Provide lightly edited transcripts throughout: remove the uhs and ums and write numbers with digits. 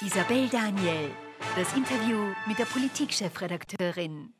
Isabel Daniel, das Interview mit der Politikchefredakteurin.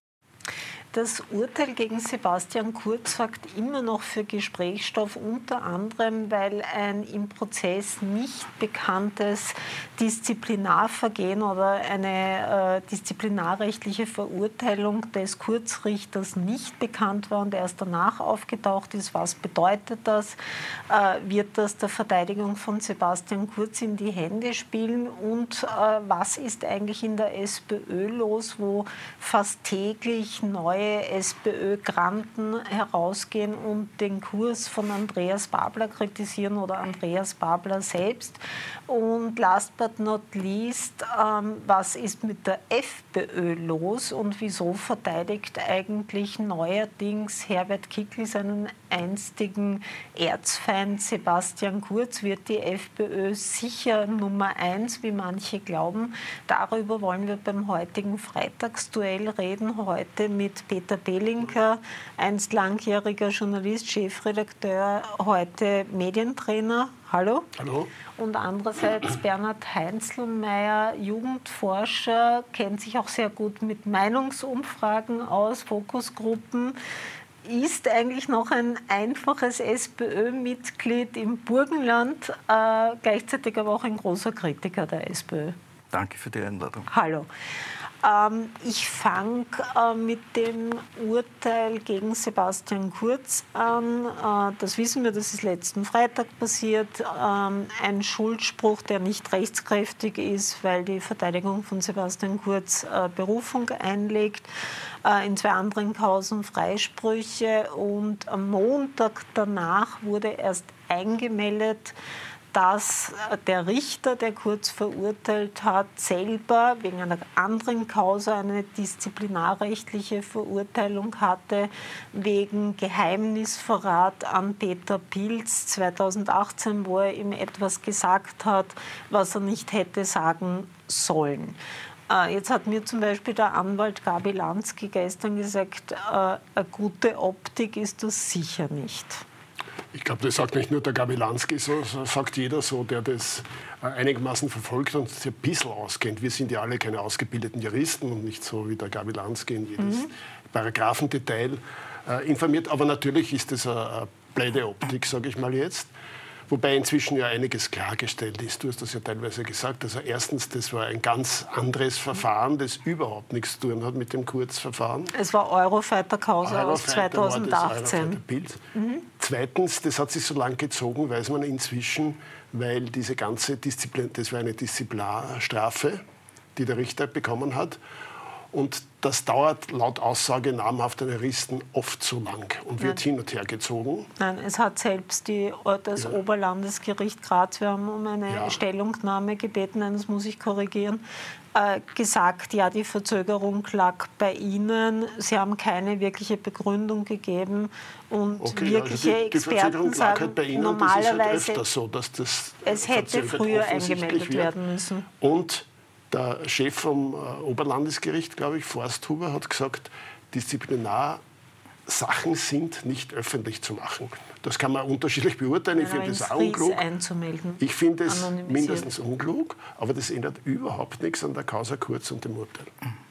Das Urteil gegen Sebastian Kurz sorgt immer noch für Gesprächsstoff, unter anderem, weil ein im Prozess nicht bekanntes Disziplinarvergehen oder eine disziplinarrechtliche Verurteilung des Kurzrichters nicht bekannt war und erst danach aufgetaucht ist. Was bedeutet das? Wird das der Verteidigung von Sebastian Kurz in die Hände spielen? Und was ist eigentlich in der SPÖ los, wo fast täglich neue SPÖ-Granten herausgehen und den Kurs von Andreas Babler kritisieren oder Andreas Babler selbst. Und last but not least, was ist mit der FPÖ los und wieso verteidigt eigentlich neuerdings Herbert Kickl seinen einstigen Erzfeind Sebastian Kurz? Wird die FPÖ sicher Nummer 1, wie manche glauben? Darüber wollen wir beim heutigen Freitagsduell reden. Heute mit Peter Belinker, einst langjähriger Journalist, Chefredakteur, heute Medientrainer. Hallo. Hallo. Und andererseits Bernhard Heinzelmeier, Jugendforscher, kennt sich auch sehr gut mit Meinungsumfragen aus, Fokusgruppen. Ist eigentlich noch ein einfaches SPÖ-Mitglied im Burgenland, gleichzeitig aber auch ein großer Kritiker der SPÖ. Danke für die Einladung. Hallo. Ich fange mit dem Urteil gegen Sebastian Kurz an. Das wissen wir, das ist letzten Freitag passiert. Ein Schuldspruch, der nicht rechtskräftig ist, weil die Verteidigung von Sebastian Kurz Berufung einlegt. In 2 anderen Kausen Freisprüche. Und am Montag danach wurde erst eingemeldet, dass der Richter, der Kurz verurteilt hat, selber wegen einer anderen Causa eine disziplinarrechtliche Verurteilung hatte, wegen Geheimnisverrat an Peter Pilz 2018, wo er ihm etwas gesagt hat, was er nicht hätte sagen sollen. Jetzt hat mir zum Beispiel der Anwalt Gabi Lansky gestern gesagt, eine gute Optik ist das sicher nicht. Ich glaube, das sagt nicht nur der Gabi Lansky so, das sagt jeder so, der das einigermaßen verfolgt und sich ein bisschen auskennt. Wir sind ja alle keine ausgebildeten Juristen und nicht so wie der Gabi Lansky in jedes Paragraphendetail informiert. Aber natürlich ist das eine blöde Optik, sage ich mal jetzt. Wobei inzwischen ja einiges klargestellt ist. Du hast das ja teilweise gesagt. Also erstens, das war ein ganz anderes Verfahren, das überhaupt nichts zu tun hat mit dem Kurzverfahren. Es war Eurofighter-Causa aus 2018. Zweitens, das hat sich so lang gezogen, weiß man inzwischen, weil diese ganze Disziplin, das war eine Disziplinarstrafe, die der Richter bekommen hat. Und das dauert laut Aussage namhafter Juristen oft zu lang und wird hin und her gezogen. Nein, es hat selbst das Oberlandesgericht Graz, wir haben um eine Stellungnahme gebeten, das muss ich korrigieren, gesagt, ja, die Verzögerung lag bei Ihnen, Sie haben keine wirkliche Begründung gegeben und wirkliche also die Experten sagen, halt bei Ihnen, normalerweise das ist halt öfter so, dass das hätte früher eingemeldet werden müssen. Und der Chef vom Oberlandesgericht, glaube ich, Forsthuber, hat gesagt, Disziplinarsachen sind nicht öffentlich zu machen. Das kann man unterschiedlich beurteilen. Ich finde das auch unklug. Ich finde es mindestens unklug, aber das ändert überhaupt nichts an der Causa Kurz und dem Urteil.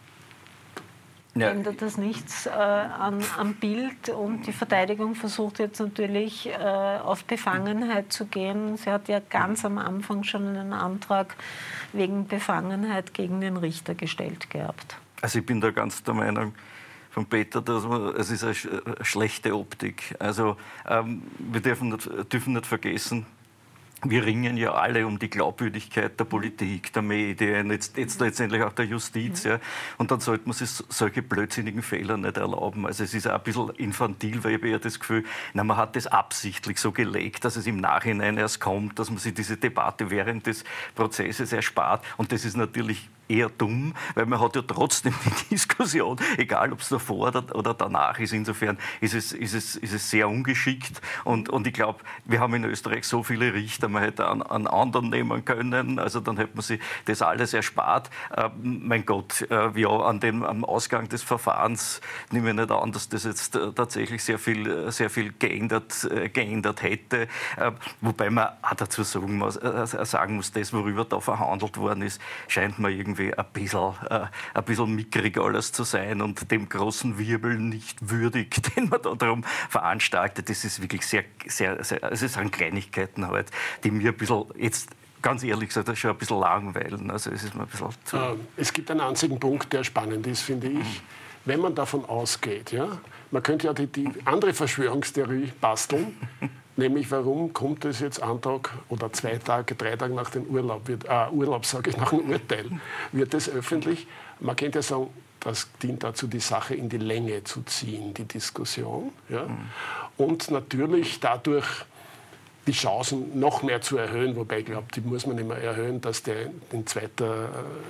Ja. Ändert das nichts am Bild und die Verteidigung versucht jetzt natürlich auf Befangenheit zu gehen. Sie hat ja ganz am Anfang schon einen Antrag wegen Befangenheit gegen den Richter gestellt gehabt. Also ich bin da ganz der Meinung von Peter, dass es ist eine schlechte Optik. Also wir dürfen nicht vergessen, wir ringen ja alle um die Glaubwürdigkeit der Politik, der Medien, jetzt letztendlich auch der Justiz. Ja. Und dann sollte man sich solche blödsinnigen Fehler nicht erlauben. Also es ist auch ein bisschen infantil, weil ich habe eher das Gefühl, man hat das absichtlich so gelegt, dass es im Nachhinein erst kommt, dass man sich diese Debatte während des Prozesses erspart. Und das ist natürlich eher dumm, weil man hat ja trotzdem die Diskussion, egal ob es davor oder danach ist. Insofern ist es sehr ungeschickt und ich glaube, wir haben in Österreich so viele Richter, man hätte einen anderen nehmen können, also dann hätte man sich das alles erspart. Mein Gott, ja, am Ausgang des Verfahrens nehme ich nicht an, dass das jetzt tatsächlich sehr viel geändert hätte, wobei man auch dazu sagen muss, das, worüber da verhandelt worden ist, scheint mir irgendwie ein bisschen mickrig alles zu sein und dem großen Wirbel nicht würdig, den man da darum veranstaltet. Das ist wirklich sehr, es sind Kleinigkeiten halt, die mir ein bisschen jetzt ganz ehrlich gesagt, schon ein bisschen langweilen. Also es ist mir ein bisschen zu es gibt einen einzigen Punkt, der spannend ist, finde ich. Wenn man davon ausgeht, ja, man könnte ja die andere Verschwörungstheorie basteln, nämlich warum kommt es jetzt einen Tag oder 2 Tage, 3 Tage nach dem Urlaub, nach dem Urteil, wird es öffentlich. Man könnte ja sagen, das dient dazu, die Sache in die Länge zu ziehen, die Diskussion. Ja? Und natürlich dadurch die Chancen noch mehr zu erhöhen, wobei ich glaube, die muss man immer erhöhen, dass der in zweiter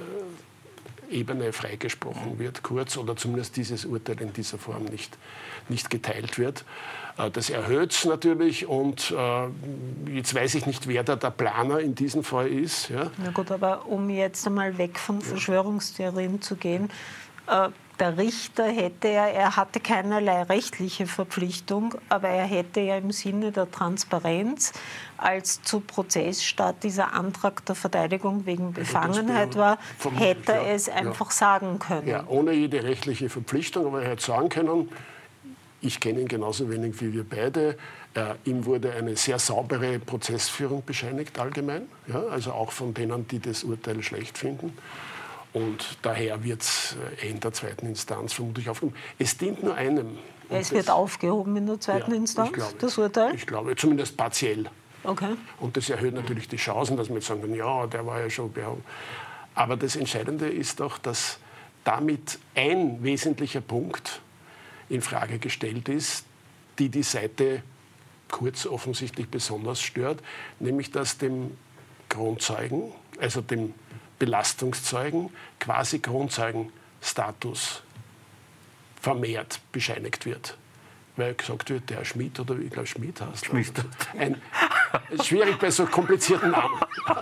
Ebene freigesprochen wird, kurz, oder zumindest dieses Urteil in dieser Form nicht geteilt wird. Das erhöht es natürlich und jetzt weiß ich nicht, wer da der Planer in diesem Fall ist. Ja. Na gut, aber um jetzt einmal weg von Verschwörungstheorien zu gehen, der Richter er hatte keinerlei rechtliche Verpflichtung, aber er hätte ja im Sinne der Transparenz, als zu Prozessstart dieser Antrag der Verteidigung wegen Befangenheit war, hätte er es einfach sagen können. Ja, ohne jede rechtliche Verpflichtung, aber er hätte sagen können, ich kenne ihn genauso wenig wie wir beide. Ihm wurde eine sehr saubere Prozessführung bescheinigt allgemein, ja, also auch von denen, die das Urteil schlecht finden. Und daher wird es in der zweiten Instanz vermutlich aufgehoben. Es dient nur einem. Es wird aufgehoben in der zweiten Instanz, das Urteil? Ich glaube, zumindest partiell. Okay. Und das erhöht natürlich die Chancen, dass man jetzt sagen kann, ja, der war ja schon behoben. Aber das Entscheidende ist doch, dass damit ein wesentlicher Punkt in Frage gestellt ist, die Seite Kurz offensichtlich besonders stört, nämlich dass dem Kronzeugen, also dem Belastungszeugen, quasi Kronzeugenstatus vermehrt bescheinigt wird. Weil gesagt wird, der Schmidt, oder ich glaube Schmidt heißt. Schmidt. Schwierig bei so komplizierten Namen.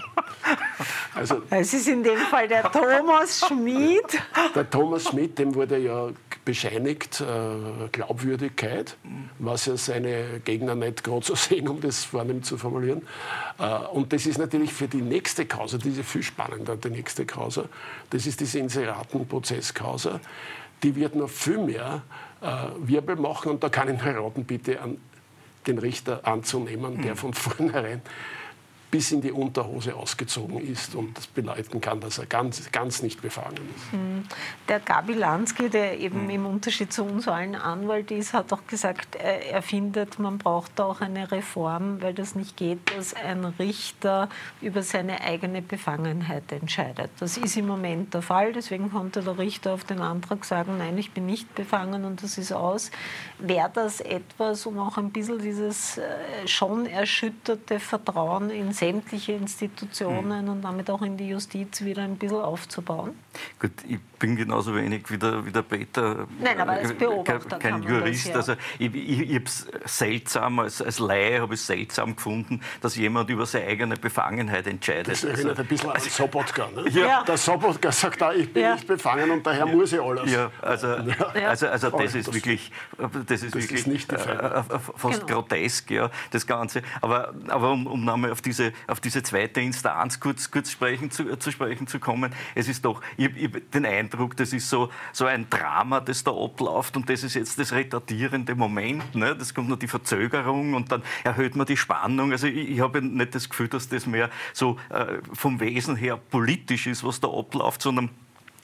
Also, es ist in dem Fall der Thomas Schmidt. Der Thomas Schmidt, dem wurde ja bescheinigt Glaubwürdigkeit, was ja seine Gegner nicht gerade so sehen, um das vornehm zu formulieren. Und das ist natürlich für die nächste Causa, die ist ja viel spannender, die nächste Causa, das ist diese Inseraten-Prozess-Causa, die wird noch viel mehr Wirbel machen, und da kann ich raten, bitte an den Richter anzunehmen, der von vornherein bis in die Unterhose ausgezogen ist und das bedeuten kann, dass er ganz nicht befangen ist. Der Gabi Lansky, der eben im Unterschied zu uns allen Anwalt ist, hat auch gesagt, er findet, man braucht da auch eine Reform, weil das nicht geht, dass ein Richter über seine eigene Befangenheit entscheidet. Das ist im Moment der Fall, deswegen konnte der Richter auf den Antrag sagen, nein, ich bin nicht befangen und das ist aus. Wäre das etwas, um auch ein bisschen dieses schon erschütterte Vertrauen in sämtliche Institutionen und damit auch in die Justiz wieder ein bisschen aufzubauen? Gut, ich bin genauso wenig wie der Peter. Nein, aber als Beobachter kein Jurist. Das, ja. Also ich habe es seltsam, als Laie habe ich es seltsam gefunden, dass jemand über seine eigene Befangenheit entscheidet. Das erinnert ein bisschen an Sobotka. Ne? Ja. Der Sobotka sagt, ich bin nicht befangen und daher muss ich alles. Ja, also das ist wirklich, ist nicht die fast grotesk, ja, das Ganze. Aber um nochmal auf diese zweite Instanz kurz zu sprechen zu kommen, es ist doch, ich habe den Eindruck, das ist so ein Drama, das da abläuft, und das ist jetzt das retardierende Moment. Ne? Das kommt noch die Verzögerung und dann erhöht man die Spannung. Also ich habe nicht das Gefühl, dass das mehr so vom Wesen her politisch ist, was da abläuft, sondern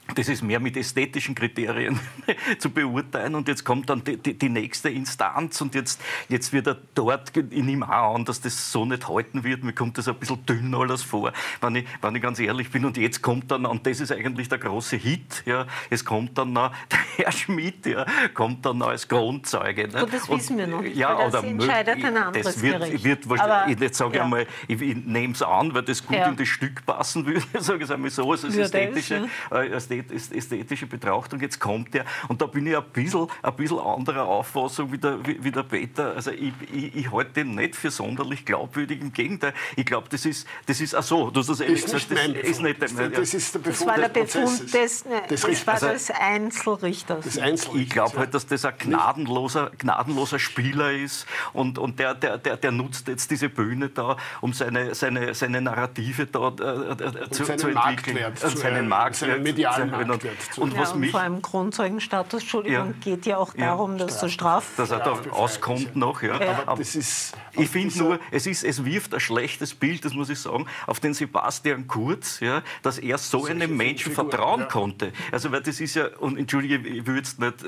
Das ist mehr mit ästhetischen Kriterien zu beurteilen. Und jetzt kommt dann die nächste Instanz und jetzt wird er dort, ich nehme auch an, dass das so nicht halten wird. Mir kommt das ein bisschen dünn alles vor, wenn ich ganz ehrlich bin. Und jetzt kommt dann, und das ist eigentlich der große Hit, ja, es kommt dann noch, der Herr Schmidt, ja, kommt dann noch als Kronzeuge. Ne? Das wissen wir noch nicht, ja, weil das entscheidet ein anderes Gericht. Jetzt sage ich einmal, ich nehme es an, weil das gut in das Stück passen würde, sage ich es einmal so, also das ästhetische Betrachtung, jetzt kommt der, und da bin ich ein bisschen anderer Auffassung wie der Peter. Also ich halte den nicht für sonderlich glaubwürdig, im Gegenteil. Ich glaube, das ist ach so, du hast das ehrlich gesagt, das ist nicht das ist der Befund, das war der Befund des Einzelrichters. Ich glaube halt, dass das ein gnadenloser Spieler ist und der nutzt jetzt diese Bühne da, um seine Narrative da zu entwickeln. Seinen medialen Marktwert. Und vor allem Kronzeugenstatus, geht ja auch darum, dass du dass er da auskommt noch. Ja. Aber das ist, ich finde nur, es wirft ein schlechtes Bild, das muss ich sagen, auf den Sebastian Kurz, ja, dass er so einem Menschen vertrauen konnte. Also, weil das ist ja, und entschuldige, ich will jetzt nicht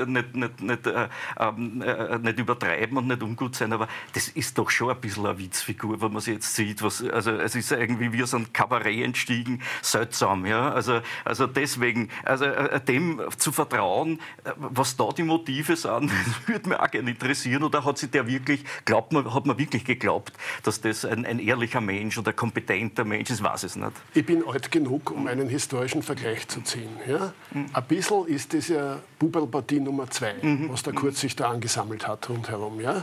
übertreiben und nicht ungut sein, aber das ist doch schon ein bisschen eine Witzfigur, wenn man sie jetzt sieht. Also es ist irgendwie wie so ein Kabarett entstiegen, seltsam. Ja. Also deswegen, dem zu vertrauen, was da die Motive sind, das würde mich auch gerne interessieren. Oder hat man wirklich geglaubt, dass das ein ehrlicher Mensch oder kompetenter Mensch ist? Weiß es nicht. Ich bin alt genug, um einen historischen Vergleich zu ziehen. Ja? Ein bisschen ist das ja Buberl-Partie Nummer 2, was der Kurz sich da angesammelt hat rundherum. Ja?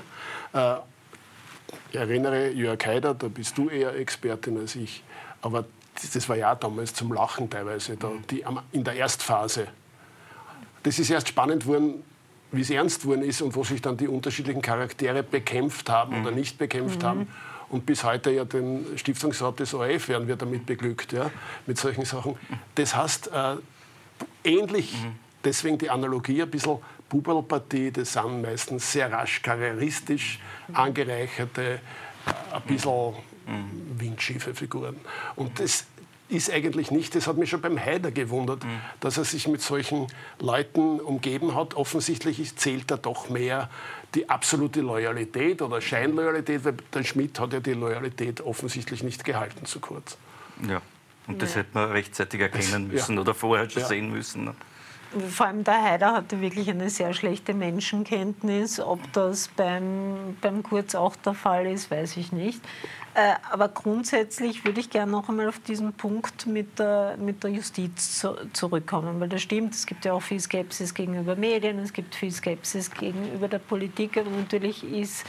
Ich erinnere Jörg Haider, da bist du eher Expertin als ich, aber das war ja damals zum Lachen teilweise, in der Erstphase. Das ist erst spannend geworden, wie es ernst geworden ist und wo sich dann die unterschiedlichen Charaktere bekämpft haben oder nicht bekämpft haben. Und bis heute ja den Stiftungsrat des ORF werden wir damit beglückt, ja, mit solchen Sachen. Das heißt, ähnlich, deswegen die Analogie ein bisschen, Buberl-Partie, das sind meistens sehr rasch karrieristisch angereicherte, ein bisschen windschiefe Figuren. Und das ist eigentlich nicht, das hat mich schon beim Haider gewundert, dass er sich mit solchen Leuten umgeben hat. Offensichtlich zählt da doch mehr die absolute Loyalität oder Scheinloyalität, weil der Schmidt hat ja die Loyalität offensichtlich nicht gehalten zu Kurz. Ja, und das hätte man rechtzeitig erkennen müssen oder vorher schon sehen müssen. Ne? Vor allem der Haider hatte wirklich eine sehr schlechte Menschenkenntnis. Ob das beim Kurz auch der Fall ist, weiß ich nicht. Aber grundsätzlich würde ich gerne noch einmal auf diesen Punkt mit der Justiz zurückkommen, weil das stimmt, es gibt ja auch viel Skepsis gegenüber Medien, es gibt viel Skepsis gegenüber der Politik, aber natürlich ist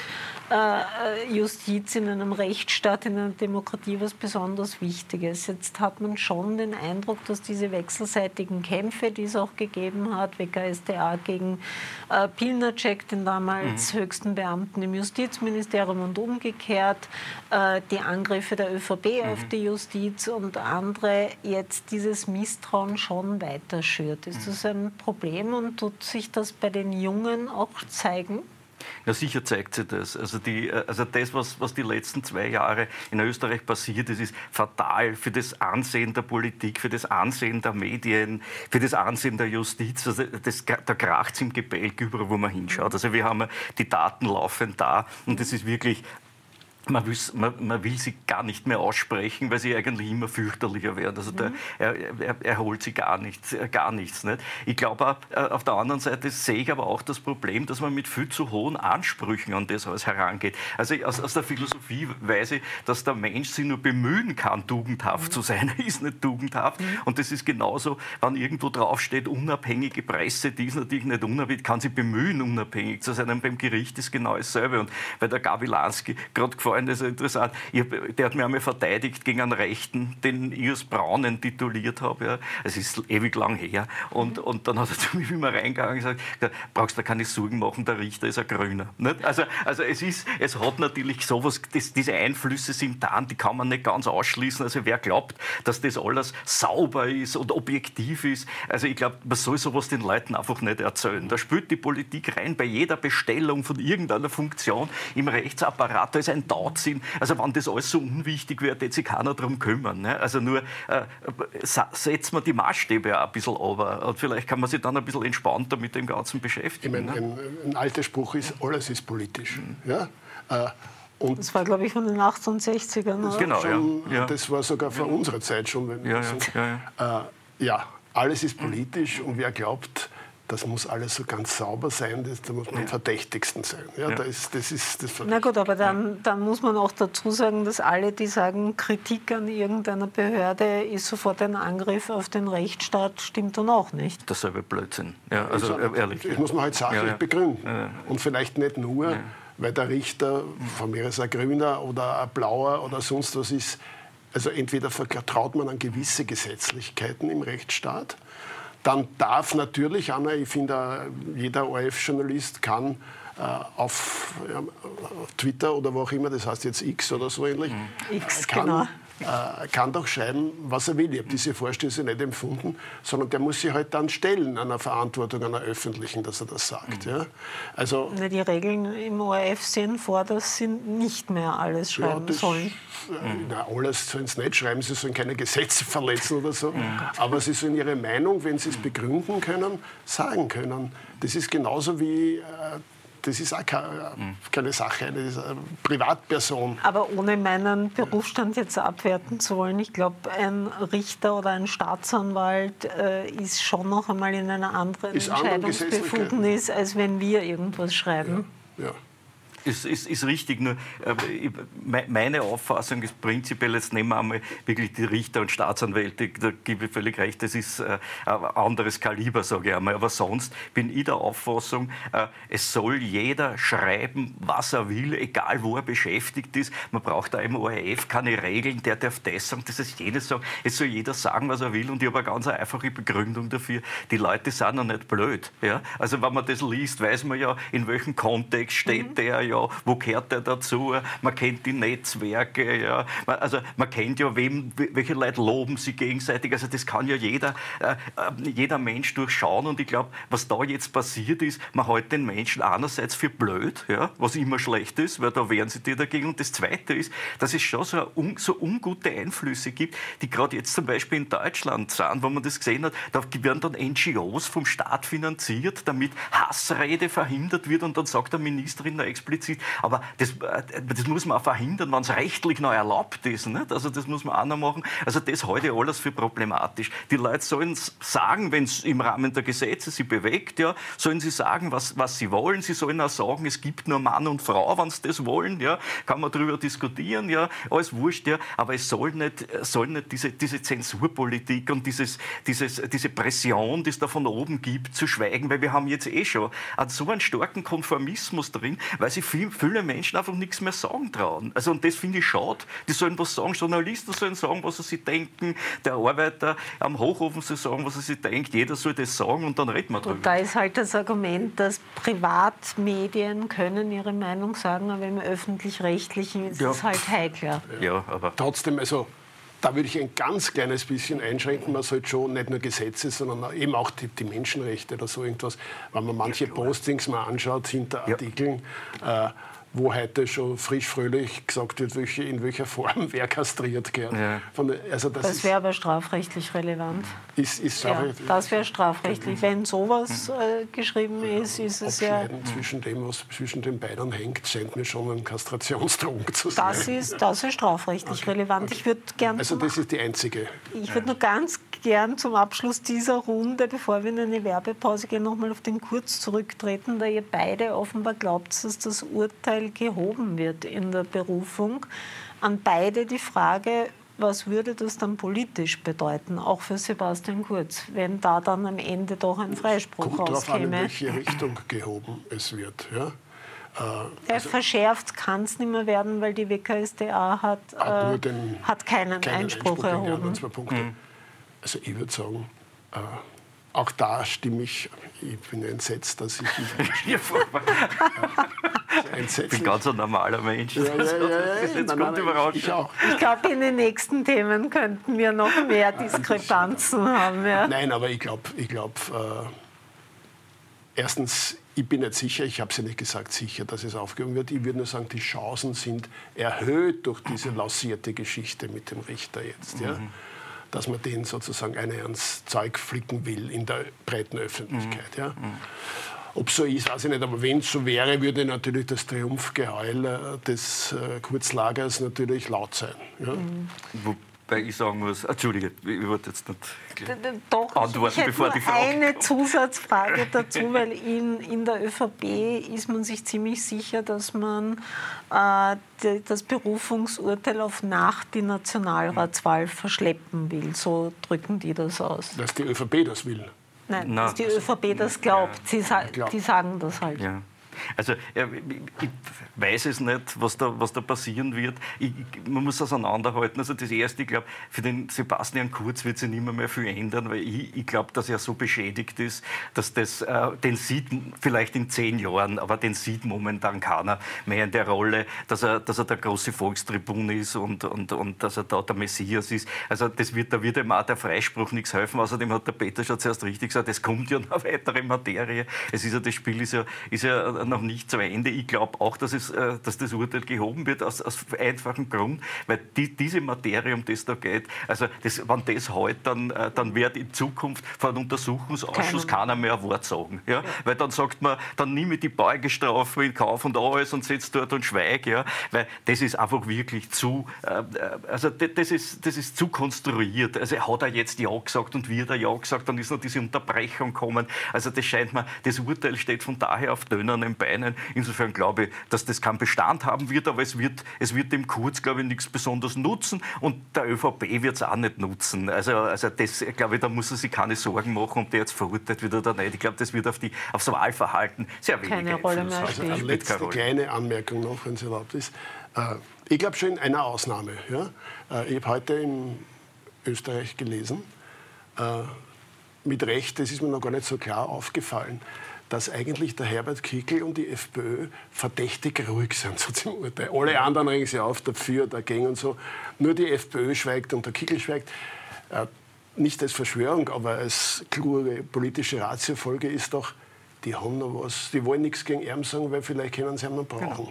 Justiz in einem Rechtsstaat, in einer Demokratie was besonders Wichtiges. Jetzt hat man schon den Eindruck, dass diese wechselseitigen Kämpfe, die es auch gegeben hat, WKStA gegen Pilnacek, den damals höchsten Beamten im Justizministerium und umgekehrt, die Angriffe der ÖVP auf die Justiz und andere jetzt dieses Misstrauen schon weiter schürt. Ist das ein Problem und tut sich das bei den Jungen auch zeigen? Ja, sicher zeigt sich das. Also das, was die letzten 2 Jahre in Österreich passiert ist, ist fatal für das Ansehen der Politik, für das Ansehen der Medien, für das Ansehen der Justiz. Also da kracht es im Gebälk überall, wo man hinschaut. Also wir haben die Daten laufend da und das ist wirklich... Man will sie gar nicht mehr aussprechen, weil sie eigentlich immer fürchterlicher werden. Also er holt sie gar nichts. Nicht? Ich glaube, auf der anderen Seite sehe ich aber auch das Problem, dass man mit viel zu hohen Ansprüchen an das alles herangeht. Also aus der Philosophie weiß ich, dass der Mensch sich nur bemühen kann, tugendhaft zu sein. Er ist nicht tugendhaft. Und das ist genauso, wenn irgendwo draufsteht, unabhängige Presse, die ist natürlich nicht unabhängig, kann sich bemühen, unabhängig zu sein. Und beim Gericht ist genau dasselbe. Und bei der Gawilanski gerade gefallen, das ist interessant. Der hat mir einmal verteidigt gegen einen Rechten, den ich als Braunen tituliert habe. Ja. Es ist ewig lang her. Und dann hat er zu mir, wie wir reingegangen, gesagt, brauchst du keine Sorgen machen, der Richter ist ein Grüner. Nicht? Also es hat natürlich sowas, diese Einflüsse sind da, die kann man nicht ganz ausschließen. Also wer glaubt, dass das alles sauber ist und objektiv ist, also ich glaube, man soll sowas den Leuten einfach nicht erzählen. Da spielt die Politik rein bei jeder Bestellung von irgendeiner Funktion im Rechtsapparat. Da ist ein laut sind. Also wenn das alles so unwichtig wäre, hätte sich keiner darum kümmern. Ne? Also nur setzt man die Maßstäbe auch ein bisschen runter. Und vielleicht kann man sich dann ein bisschen entspannter mit dem Ganzen beschäftigen. Ich meine, ein alter Spruch ist, alles ist politisch. Ja? Und das war, glaube ich, von den 68ern. Genau, schon, das war sogar vor unserer Zeit schon. Wenn ja, alles ist politisch und wer glaubt, das muss alles so ganz sauber sein, da muss man am verdächtigsten sein. Ja, das Na gut, aber dann muss man auch dazu sagen, dass alle, die sagen, Kritik an irgendeiner Behörde ist sofort ein Angriff auf den Rechtsstaat, stimmt dann auch nicht. Dasselbe Blödsinn. Ja, also ehrlich. Das muss man halt sachlich begründen. Und vielleicht nicht nur, weil der Richter, von mir ist ein Grüner oder ein Blauer oder sonst was ist. Also entweder vertraut man an gewisse Gesetzlichkeiten im Rechtsstaat, dann darf natürlich, Anna, ich finde, jeder ORF-Journalist kann auf Twitter oder wo auch immer, das heißt jetzt X oder so ähnlich, kann doch schreiben, was er will. Ich habe diese Vorstöße nicht empfunden, sondern der muss sich halt dann stellen an einer Verantwortung, einer öffentlichen, dass er das sagt. Ja? Also, die Regeln im ORF sehen vor, dass sie nicht mehr alles schreiben sollen. Alles sollen sie nicht schreiben, sie sollen keine Gesetze verletzen oder so. Aber sie sollen ihre Meinung, wenn sie es begründen können, sagen können. Das ist genauso wie... Das ist auch keine Sache, eine Privatperson. Aber ohne meinen Berufsstand jetzt abwerten zu wollen, ich glaube, ein Richter oder ein Staatsanwalt ist schon noch einmal in einer anderen Entscheidungsbefugnis, als wenn wir irgendwas schreiben. Ja. Ist richtig, nur meine Auffassung ist prinzipiell, jetzt nehmen wir einmal wirklich die Richter und Staatsanwälte, da gebe ich völlig recht, das ist ein anderes Kaliber, sage ich einmal, aber sonst bin ich der Auffassung, es soll jeder schreiben, was er will, egal wo er beschäftigt ist, man braucht da im ORF keine Regeln, der darf das sagen, das ist jenes sagen, es soll jeder sagen, was er will und ich habe eine ganz einfache Begründung dafür, die Leute sind noch nicht blöd, ja? Also wenn man das liest, weiß man ja, in welchem Kontext steht der, ja, wo gehört der dazu? Man kennt die Netzwerke, ja. Also man kennt ja, welche Leute loben sie gegenseitig. Also das kann ja jeder Mensch durchschauen. Und ich glaube, was da jetzt passiert ist, man hält den Menschen einerseits für blöd, ja, was immer schlecht ist, weil da wehren sie dir dagegen. Und das Zweite ist, dass es schon so ungute Einflüsse gibt, die gerade jetzt zum Beispiel in Deutschland sind, wo man das gesehen hat, da werden dann NGOs vom Staat finanziert, damit Hassrede verhindert wird und dann sagt der Ministerin noch explizit, aber das muss man auch verhindern, wenn es rechtlich noch erlaubt ist. Nicht? Also das muss man auch noch machen. Also das halte ich alles für problematisch. Die Leute sollen sagen, wenn es im Rahmen der Gesetze sie bewegt, ja, sollen sie sagen, was sie wollen. Sie sollen auch sagen, es gibt nur Mann und Frau, wenn sie das wollen. Ja, kann man darüber diskutieren, ja, alles wurscht. Ja, aber es soll nicht diese Zensurpolitik und diese Pression, die es da von oben gibt, zu schweigen, weil wir haben jetzt schon so einen starken Konformismus drin, weil sich viele Menschen einfach nichts mehr sagen trauen. Also, und das finde ich schade. Die sollen was sagen, Journalisten sollen sagen, was sie sich denken, der Arbeiter am Hochofen soll sagen, was er sich denkt, jeder soll das sagen und dann reden wir drüber. Und da ist halt das Argument, dass Privatmedien können ihre Meinung sagen, aber im Öffentlich-Rechtlichen ist es halt heikler. Ja, aber trotzdem, also da würde ich ein ganz kleines bisschen einschränken. Man sollte schon nicht nur Gesetze, sondern eben auch die Menschenrechte oder so irgendwas. Wenn man manche Postings mal anschaut hinter Artikeln, wo heute schon frisch fröhlich gesagt wird, in welcher Form wer kastriert gehört. Ja. Das wäre aber strafrechtlich relevant. Ist das wäre strafrechtlich. Wenn sowas geschrieben ist, ist es ja... Zwischen dem, was zwischen den beiden hängt, scheint mir schon ein Kastrationsdrohung zu sein. Das ist strafrechtlich relevant. Ich würde gern das ist die einzige. Ich würde nur ganz gern zum Abschluss dieser Runde, bevor wir in eine Werbepause gehen, noch mal auf den Kurz zurücktreten, da ihr beide offenbar glaubt, dass das Urteil gehoben wird in der Berufung. An beide die Frage, was würde das dann politisch bedeuten, auch für Sebastian Kurz, wenn da dann am Ende doch ein Freispruch rauskäme? Kommt darauf an, in welche Richtung gehoben es wird. Ja? Verschärft kann es nicht mehr werden, weil die WKStA hat keinen Einspruch erhoben. Also ich würde sagen, auch da stimme ich bin entsetzt, dass ich... Ich bin ganz ein normaler Mensch. Ja, ich glaube, in den nächsten Themen könnten wir noch mehr Diskrepanzen haben. Ja. Nein, aber ich glaube, Erstens, ich bin nicht sicher, ich habe es ja nicht gesagt, sicher, dass es aufgehoben wird. Ich würde nur sagen, die Chancen sind erhöht durch diese lancierte Geschichte mit dem Richter jetzt. Ja? Dass man den sozusagen ans Zeug flicken will in der breiten Öffentlichkeit. Ja? Ob so ist, weiß ich nicht, aber wenn es so wäre, würde natürlich das Triumphgeheul des Kurzlagers natürlich laut sein. Ja? Weil ich sagen muss, Entschuldige, ich wollte jetzt nicht Doch, antworten, bevor die Frage eine kommt. Zusatzfrage dazu, weil in der ÖVP ist man sich ziemlich sicher, dass man das Berufungsurteil auf nach die Nationalratswahl verschleppen will. So drücken die das aus. Dass die ÖVP das will. Nein, dass die ÖVP das glaubt. Die sagen das halt. Ja. Also ich weiß es nicht, was da passieren wird. Man muss auseinanderhalten. Also das Erste, ich glaube, für den Sebastian Kurz wird sich nicht mehr viel ändern, weil ich glaube, dass er so beschädigt ist, dass den sieht vielleicht in 10 Jahren, aber den sieht momentan keiner mehr in der Rolle, dass er der große Volkstribun ist und dass er da der Messias ist. Also da wird ihm auch der Freispruch nichts helfen. Außerdem hat der Peter schon zuerst richtig gesagt, es kommt ja noch weitere Materie. Das Spiel ist ja noch nicht zu Ende. Ich glaube auch, dass das Urteil gehoben wird, aus einfachem Grund, weil diese Materie, um das da geht, also wenn das halt, dann wird in Zukunft vor einem Untersuchungsausschuss keiner mehr ein Wort sagen. Ja? Weil dann sagt man, dann nehme ich die Beugestrafe in Kauf und alles und setze dort und schweige. Ja? Weil das ist einfach wirklich zu, also das ist zu konstruiert. Also hat er jetzt Ja gesagt und wird er Ja gesagt, dann ist noch diese Unterbrechung kommen. Also das scheint mir, das Urteil steht von daher auf dönernen Beinen. Insofern glaube ich, dass das keinen Bestand haben wird, aber es wird dem Kurz, glaube ich, nichts besonders nutzen und der ÖVP wird es auch nicht nutzen. Also das, glaube ich, da muss er sich keine Sorgen machen, ob der jetzt verurteilt wird oder nicht. Ich glaube, das wird aufs Wahlverhalten sehr wenig keine Rolle mehr spielen. Also eine letzte kleine Anmerkung noch, wenn es erlaubt ist. Ich glaube schon in einer Ausnahme. Ja? Ich habe heute in Österreich gelesen, mit Recht, das ist mir noch gar nicht so klar aufgefallen, dass eigentlich der Herbert Kickl und die FPÖ verdächtig ruhig sind zu dem Urteil. Alle anderen regen sich auf, dafür, dagegen und so. Nur die FPÖ schweigt und der Kickl schweigt. Nicht als Verschwörung, aber als kluge politische Ratiofolge ist doch, die haben noch was, die wollen nichts gegen ihn sagen, weil vielleicht können sie ihn noch brauchen. Genau.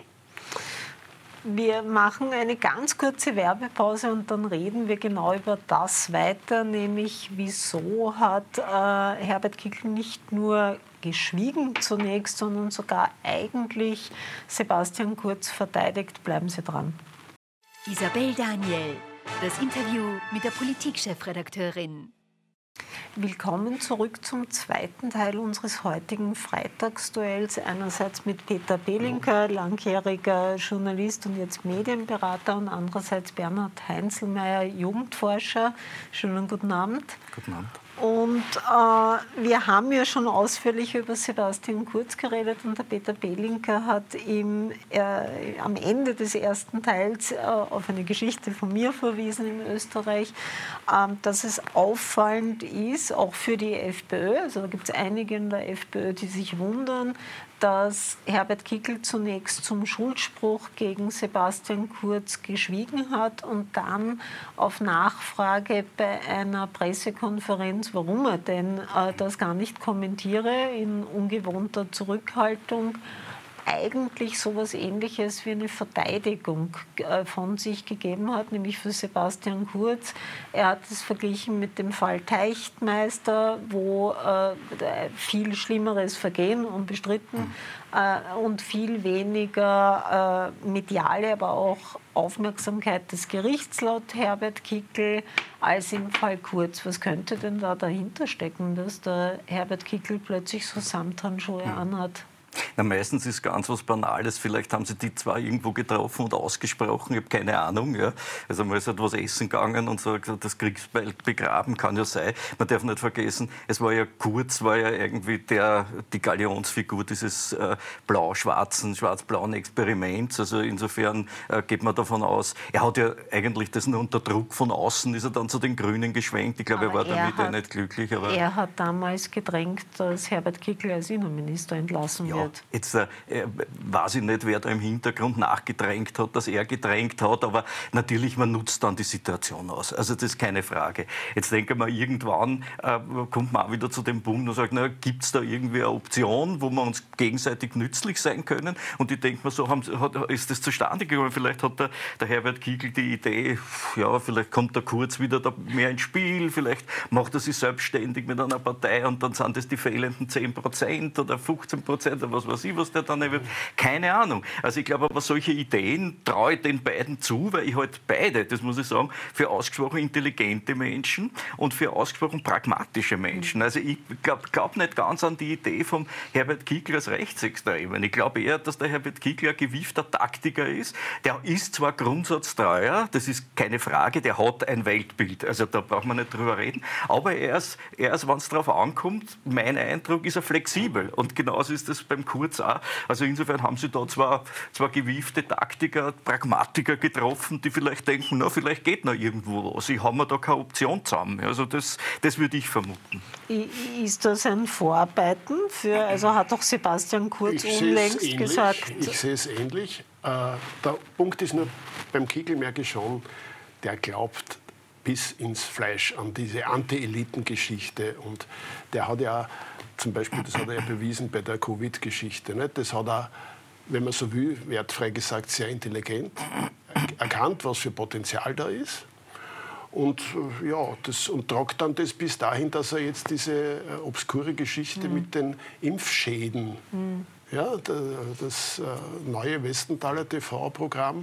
Wir machen eine ganz kurze Werbepause und dann reden wir genau über das weiter, nämlich wieso hat Herbert Kickl nicht nur geschwiegen zunächst, sondern sogar eigentlich Sebastian Kurz verteidigt. Bleiben Sie dran. Isabel Daniel, das Interview mit der Politikchefredakteurin. Willkommen zurück zum zweiten Teil unseres heutigen Freitagsduells. Einerseits mit Peter Belinker, langjähriger Journalist und jetzt Medienberater, und andererseits Bernhard Heinzelmeier, Jugendforscher. Schönen guten Abend. Guten Abend. Und wir haben ja schon ausführlich über Sebastian Kurz geredet und der Peter Belinker hat ihm am Ende des ersten Teils auf eine Geschichte von mir verwiesen in Österreich, dass es auffallend ist, auch für die FPÖ, also da gibt es einige in der FPÖ, die sich wundern, dass Herbert Kickl zunächst zum Schuldspruch gegen Sebastian Kurz geschwiegen hat und dann auf Nachfrage bei einer Pressekonferenz, warum er denn das gar nicht kommentiere, in ungewohnter Zurückhaltung, eigentlich so etwas Ähnliches wie eine Verteidigung von sich gegeben hat, nämlich für Sebastian Kurz. Er hat es verglichen mit dem Fall Teichtmeister, wo viel schlimmeres Vergehen unbestritten und viel weniger mediale, aber auch Aufmerksamkeit des Gerichts laut Herbert Kickl als im Fall Kurz. Was könnte denn da dahinter stecken, dass der Herbert Kickl plötzlich so Samthandschuhe anhat? Na, meistens ist ganz was Banales. Vielleicht haben sie die zwei irgendwo getroffen und ausgesprochen. Ich habe keine Ahnung. Ja. Also man ist halt was essen gegangen und so das Kriegsbeil begraben, kann ja sein. Man darf nicht vergessen, es war ja Kurz, war ja irgendwie die Galionsfigur dieses schwarz-blauen Experiments. Also insofern geht man davon aus, er hat ja eigentlich das nur unter Druck von außen, ist er dann zu den Grünen geschwenkt. Ich glaube, er war damit ja nicht glücklich. Aber er hat damals gedrängt, dass Herbert Kickl als Innenminister entlassen wird. Jetzt weiß ich nicht, wer da im Hintergrund nachgedrängt hat, dass er gedrängt hat, aber natürlich, man nutzt dann die Situation aus. Also das ist keine Frage. Jetzt denke ich mal, irgendwann kommt man auch wieder zu dem Punkt und sagt, gibt es da irgendwie eine Option, wo wir uns gegenseitig nützlich sein können? Und ich denke mir, so ist das zustande gekommen. Vielleicht hat der Herbert Kickl die Idee, ja, vielleicht kommt der Kurz wieder da mehr ins Spiel, vielleicht macht er sich selbstständig mit einer Partei und dann sind das die fehlenden 10% oder 15% oder was weiß ich, was der dann wird. Keine Ahnung. Also ich glaube, aber solche Ideen traue ich den beiden zu, weil ich halt beide, das muss ich sagen, für ausgesprochen intelligente Menschen und für ausgesprochen pragmatische Menschen. Also ich glaube nicht ganz an die Idee von Herbert Kickl als Rechtsextremen. Ich glaube eher, dass der Herbert Kickl ein gewiefter Taktiker ist. Der ist zwar grundsatztreuer, das ist keine Frage, der hat ein Weltbild, also da braucht man nicht drüber reden, aber er ist wenn es darauf ankommt, mein Eindruck, ist er flexibel. Und genauso ist das beim Kurz auch. Also insofern haben sie da zwar gewiefte Taktiker, Pragmatiker getroffen, die vielleicht denken, vielleicht geht noch irgendwo was. Ich habe mir da keine Option zusammen. Also das würde ich vermuten. Ist das ein Vorarbeiten für, also hat doch Sebastian Kurz unlängst gesagt. Ich sehe es ähnlich. Der Punkt ist nur, beim Kickl merke ich schon, der glaubt bis ins Fleisch an diese Anti-Eliten-Geschichte. Und der hat ja zum Beispiel, das hat er ja bewiesen bei der Covid-Geschichte, nicht? Das hat er, wenn man so will, wertfrei gesagt, sehr intelligent erkannt, was für Potenzial da ist. Und und tragt dann das bis dahin, dass er jetzt diese obskure Geschichte mit den Impfschäden, ja, das neue Westenthaler TV-Programm,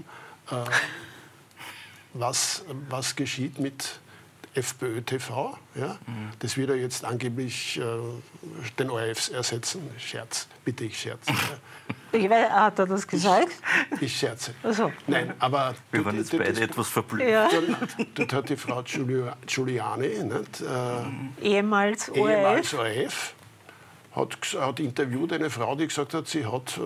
was geschieht mit FPÖ TV, ja? Das wird er jetzt angeblich den ORF ersetzen. Scherz, bitte, ich scherze. Ja. Hat er das gesagt? Ich scherze. Also. Nein, aber wir waren jetzt beide etwas verblüfft. Ja. Dort hat die Frau Giuliani, nicht, ehemals ORF, hat interviewt eine Frau, die gesagt hat, sie hat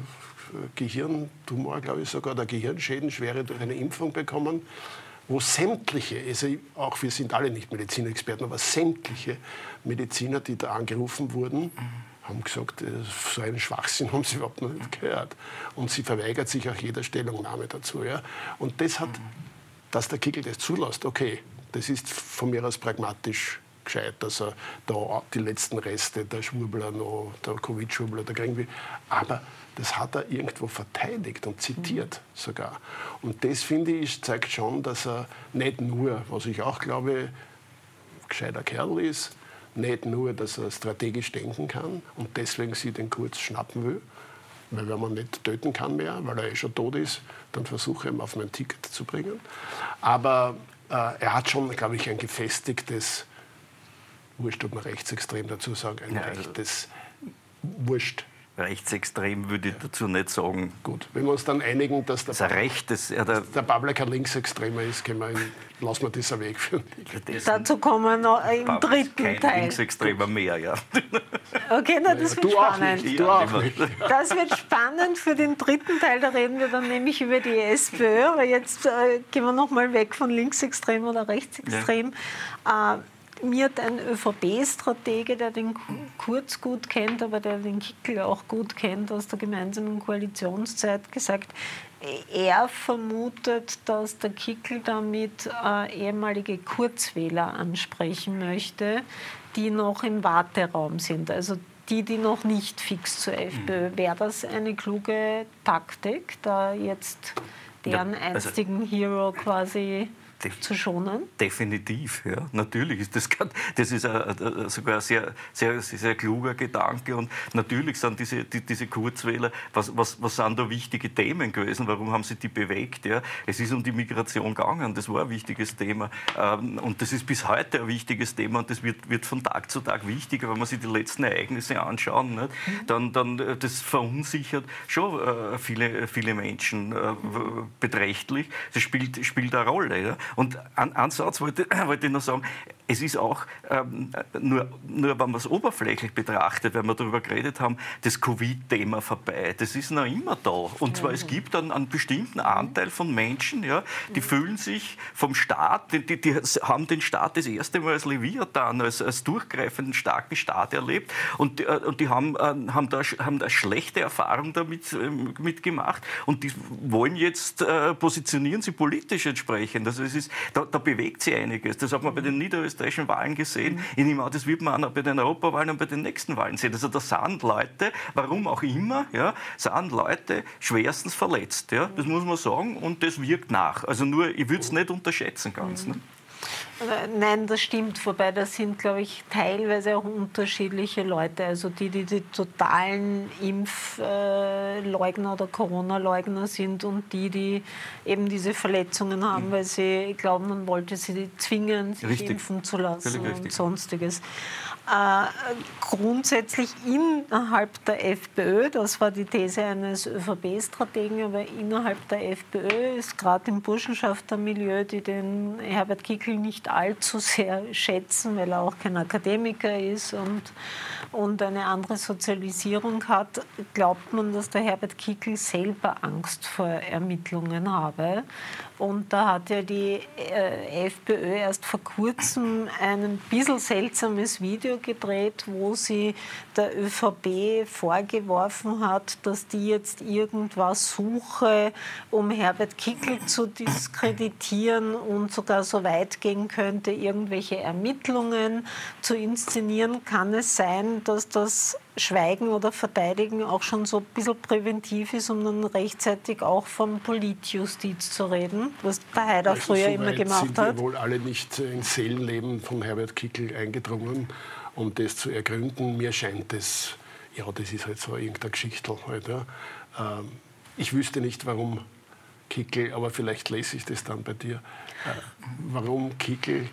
Gehirntumor, glaube ich sogar, oder Gehirnschäden, schwere durch eine Impfung bekommen, wo sämtliche, also auch wir sind alle nicht Medizinexperten, aber sämtliche Mediziner, die da angerufen wurden, haben gesagt, so einen Schwachsinn haben sie überhaupt noch nicht gehört. Und sie verweigert sich auch jeder Stellungnahme dazu. Ja? Und das hat, dass der Kickl das zulässt, okay, das ist von mir aus pragmatisch gescheit, dass er da die letzten Reste der Schwurbler noch, der Covid-Schwurbler, da kriegen will. Aber das hat er irgendwo verteidigt und zitiert sogar. Und das, finde ich, zeigt schon, dass er nicht nur, was ich auch glaube, gescheiter Kerl ist, nicht nur, dass er strategisch denken kann und deswegen sich den Kurz schnappen will, weil wenn man nicht töten kann mehr, weil er schon tot ist, dann versuche ich ihn auf mein Ticket zu bringen. Aber er hat schon, glaube ich, ein gefestigtes, wurscht, ob man rechtsextrem dazu sagt, ein rechtes, wurscht. Rechtsextrem würde ich dazu nicht sagen. Gut, wenn wir uns dann einigen, dass der Pavlak ein Linksextremer ist, lassen wir das auch wegführen. Dazu kommen wir noch im dritten kein Teil. Linksextremer mehr, ja. Okay, das wird spannend. Du auch nicht. Das wird spannend für den dritten Teil, da reden wir dann nämlich über die SPÖ, aber jetzt gehen wir noch mal weg von Linksextrem oder Rechtsextrem. Ja. Mir hat ein ÖVP-Stratege, der den Kurz gut kennt, aber der den Kickl auch gut kennt aus der gemeinsamen Koalitionszeit, gesagt, er vermutet, dass der Kickl damit ehemalige Kurzwähler ansprechen möchte, die noch im Warteraum sind, also die noch nicht fix zur FPÖ. Wäre das eine kluge Taktik, da jetzt deren einstigen Hero quasi zu schonen? Definitiv, ja, natürlich. Das ist sogar ein sehr, sehr, sehr kluger Gedanke. Und natürlich sind diese Kurzwähler, was sind da wichtige Themen gewesen? Warum haben sie die bewegt? Ja? Es ist um die Migration gegangen, das war ein wichtiges Thema. Und das ist bis heute ein wichtiges Thema und das wird von Tag zu Tag wichtiger, wenn man sich die letzten Ereignisse anschauen. Nicht? Dann das verunsichert schon viele Menschen beträchtlich. Das spielt eine Rolle. Ja? Und einen Satz wollte ich noch sagen. Es ist auch, nur wenn man es oberflächlich betrachtet, wenn wir darüber geredet haben, das Covid-Thema vorbei. Das ist noch immer da. Und zwar, es gibt einen bestimmten Anteil von Menschen, ja, die fühlen sich vom Staat, die haben den Staat das erste Mal als Leviathan, als durchgreifenden, starken Staat erlebt. Und die haben da schlechte Erfahrungen damit mitgemacht. Und die wollen jetzt, positionieren sie politisch entsprechend. Also da bewegt sich einiges. Das hat man bei den niederösterreichischen Wahlen gesehen. Ich nehme an, das wird man auch bei den Europawahlen und bei den nächsten Wahlen sehen. Also da sind Leute, warum auch immer, ja, sind Leute schwerstens verletzt. Ja, das muss man sagen und das wirkt nach. Also nur, ich würde es nicht unterschätzen ganz. Ne? Nein, das stimmt. Wobei das sind, glaube ich, teilweise auch unterschiedliche Leute. Also die totalen Impfleugner oder Corona-Leugner sind und die eben diese Verletzungen haben, weil sie glauben, man wollte sie zwingen, sich impfen zu lassen und Sonstiges. Grundsätzlich innerhalb der FPÖ, das war die These eines ÖVP-Strategen, aber innerhalb der FPÖ ist gerade im Burschenschaftermilieu, die den Herbert Kickl nicht allzu sehr schätzen, weil er auch kein Akademiker ist und eine andere Sozialisierung hat, glaubt man, dass der Herbert Kickl selber Angst vor Ermittlungen habe. Und da hat ja die FPÖ erst vor kurzem ein bisschen seltsames Video gedreht, wo sie der ÖVP vorgeworfen hat, dass die jetzt irgendwas suche, um Herbert Kickl zu diskreditieren und sogar so weit gehen könnte, irgendwelche Ermittlungen zu inszenieren. Kann es sein, dass das Schweigen oder Verteidigen auch schon so ein bisschen präventiv ist, um dann rechtzeitig auch von Politjustiz zu reden, was der Haider früher immer gemacht hat? Sind wir wohl alle nicht ins Seelenleben von Herbert Kickl eingedrungen, um das zu ergründen. Mir scheint das, ja, das ist halt so irgendeine Geschichte halt, ja. Ich wüsste nicht, warum Kickl, aber vielleicht lese ich das dann bei dir, warum Kickl,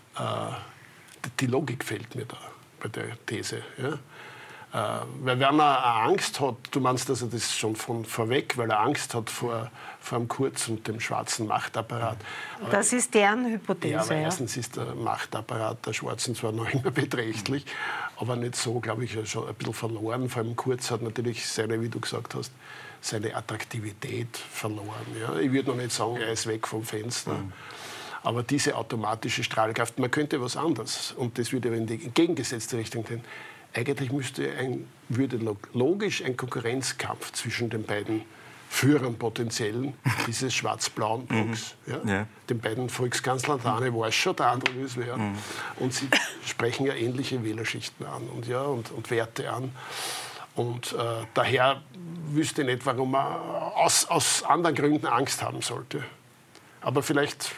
die Logik fehlt mir da bei der These, ja. Weil wenn er Angst hat, du meinst also das schon von vorweg, weil er Angst hat vor dem Kurz und dem schwarzen Machtapparat. Das ist deren Hypothese. Ja, aber erstens ist der Machtapparat der Schwarzen zwar noch immer beträchtlich, aber nicht so, glaube ich, schon ein bisschen verloren. Vor allem Kurz hat natürlich seine, wie du gesagt hast, seine Attraktivität verloren. Ja. Ich würde noch nicht sagen, er ist weg vom Fenster. Aber diese automatische Strahlkraft, man könnte was anderes. Und das würde in die entgegengesetzte Richtung gehen. Eigentlich würde logisch ein Konkurrenzkampf zwischen den beiden Führern potenziellen dieses schwarz-blauen Blocks, den beiden Volkskanzlern, der eine weiß schon, der andere will es werden. Und sie sprechen ja ähnliche Wählerschichten an und Werte an. Und daher wüsste ich nicht, warum man aus anderen Gründen Angst haben sollte. Aber vielleicht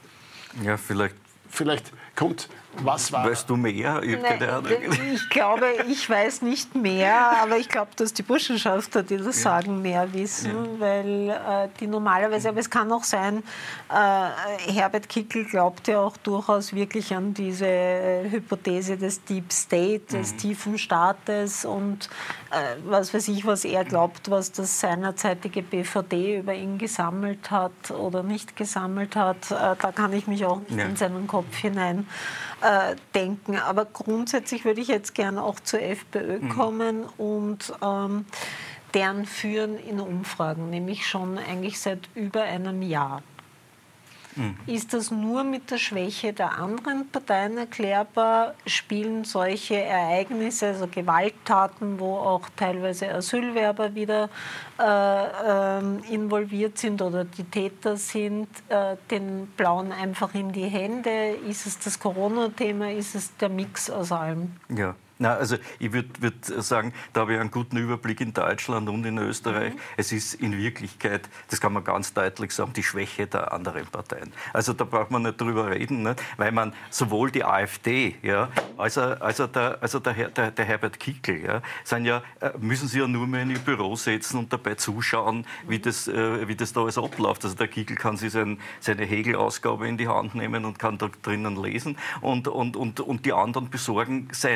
kommt, was war... Weißt du mehr? Ich glaube, ich weiß nicht mehr, aber ich glaube, dass die Burschenschafter, die das sagen, mehr wissen, weil die normalerweise, aber es kann auch sein, Herbert Kickl glaubt ja auch durchaus wirklich an diese Hypothese des Deep State, des tiefen Staates und was weiß ich, was er glaubt, was das seinerzeitige BVD über ihn gesammelt hat oder nicht gesammelt hat. Da kann ich mich auch nicht in seinen Kopf hinein denken. Aber grundsätzlich würde ich jetzt gerne auch zur FPÖ kommen und deren Führen in Umfragen, nämlich schon eigentlich seit über einem Jahr. Ist das nur mit der Schwäche der anderen Parteien erklärbar? Spielen solche Ereignisse, also Gewalttaten, wo auch teilweise Asylwerber wieder involviert sind oder die Täter sind, den Blauen einfach in die Hände? Ist es das Corona-Thema? Ist es der Mix aus allem? Ja. Na, also ich würd sagen, da habe ich einen guten Überblick in Deutschland und in Österreich. Es ist in Wirklichkeit, das kann man ganz deutlich sagen, die Schwäche der anderen Parteien. Also da braucht man nicht drüber reden, ne? Weil man sowohl die AfD, ja, also der Herbert Kickl, ja, müssen sie ja nur mehr in ihr Büro setzen und dabei zuschauen, wie das da alles abläuft. Also der Kickl kann sich seine Hegel-Ausgabe in die Hand nehmen und kann da drinnen lesen und die anderen besorgen sein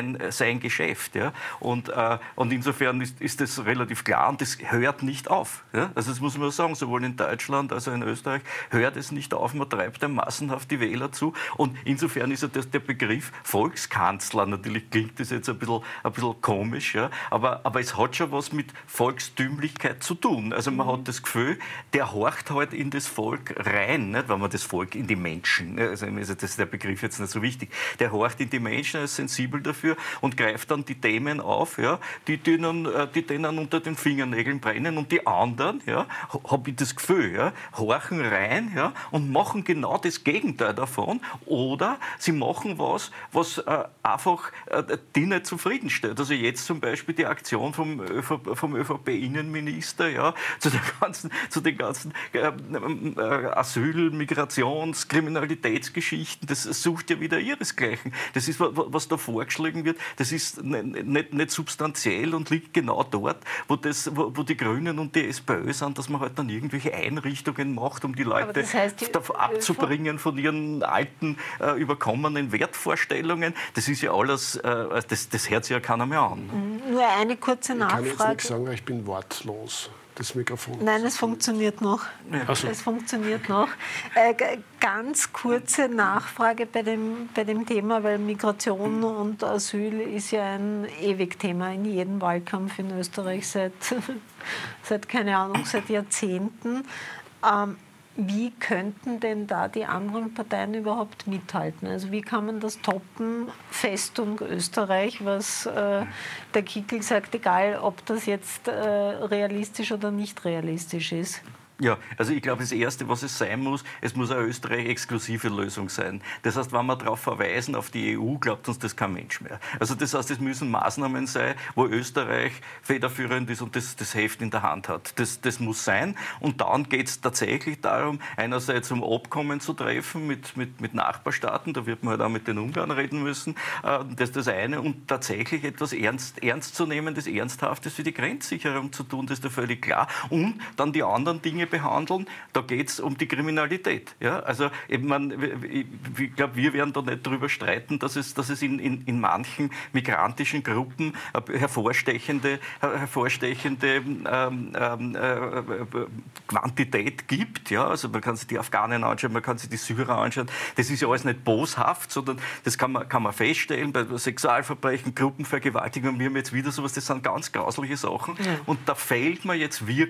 sein Geschäft. Ja? Und insofern ist das relativ klar und das hört nicht auf. Ja? Also das muss man sagen, sowohl in Deutschland als auch in Österreich hört es nicht auf, man treibt einem massenhaft die Wähler zu. Und insofern ist ja der Begriff Volkskanzler, natürlich klingt das jetzt ein bisschen komisch, ja? aber es hat schon was mit Volkstümlichkeit zu tun. Also man hat das Gefühl, der horcht halt in das Volk rein, nicht? Wenn man das Volk in die Menschen, also das ist der Begriff jetzt nicht so wichtig, der horcht in die Menschen, ist sensibel dafür und greift dann die Themen auf, ja, die denen unter den Fingernägeln brennen und die anderen, ja, habe ich das Gefühl, ja, horchen rein, ja, und machen genau das Gegenteil davon oder sie machen was einfach die nicht zufriedenstellt. Also jetzt zum Beispiel die Aktion vom ÖVP-Innenminister, ja, zu den ganzen Asyl-, Migrations-, Kriminalitätsgeschichten, das sucht ja wieder ihresgleichen. Das ist, was da vorgeschlagen wird, das ist nicht substanziell und liegt genau dort, wo die Grünen und die SPÖ sind, dass man halt dann irgendwelche Einrichtungen macht, um die Leute abzubringen von ihren alten, überkommenen Wertvorstellungen. Das ist ja alles, das hört sich ja keiner mehr an. Nur eine kurze Nachfrage. Ich kann jetzt nichts sagen, ich bin wortlos. Das Mikrofon. Nein, es funktioniert noch. Ja. So. Es funktioniert noch. Ganz kurze Nachfrage bei dem Thema, weil Migration und Asyl ist ja ein Ewigthema in jedem Wahlkampf in Österreich seit Jahrzehnten. Wie könnten denn da die anderen Parteien überhaupt mithalten? Also wie kann man das toppen? Festung Österreich, was der Kickl sagt, egal ob das jetzt realistisch oder nicht realistisch ist. Ja, also ich glaube, das Erste, was es sein muss, es muss eine Österreich-exklusive Lösung sein. Das heißt, wenn wir darauf verweisen, auf die EU, glaubt uns das kein Mensch mehr. Also das heißt, es müssen Maßnahmen sein, wo Österreich federführend ist und das Heft in der Hand hat. Das muss sein. Und dann geht es tatsächlich darum, einerseits um Abkommen zu treffen mit Nachbarstaaten, da wird man halt auch mit den Ungarn reden müssen, das ist das eine. Und tatsächlich etwas ernst zu nehmen, das Ernsthaftes für die Grenzsicherung zu tun, das ist da völlig klar. Und dann die anderen Dinge behandeln, da geht es um die Kriminalität. Ja? Also ich glaube, wir werden da nicht darüber streiten, dass es in manchen migrantischen Gruppen hervorstechende Quantität gibt. Ja? Also man kann sich die Afghanen anschauen, man kann sich die Syrer anschauen. Das ist ja alles nicht boshaft, sondern das kann man feststellen bei Sexualverbrechen, Gruppenvergewaltigung. Wir haben jetzt wieder sowas, das sind ganz grausliche Sachen. Ja. Und da fehlt mir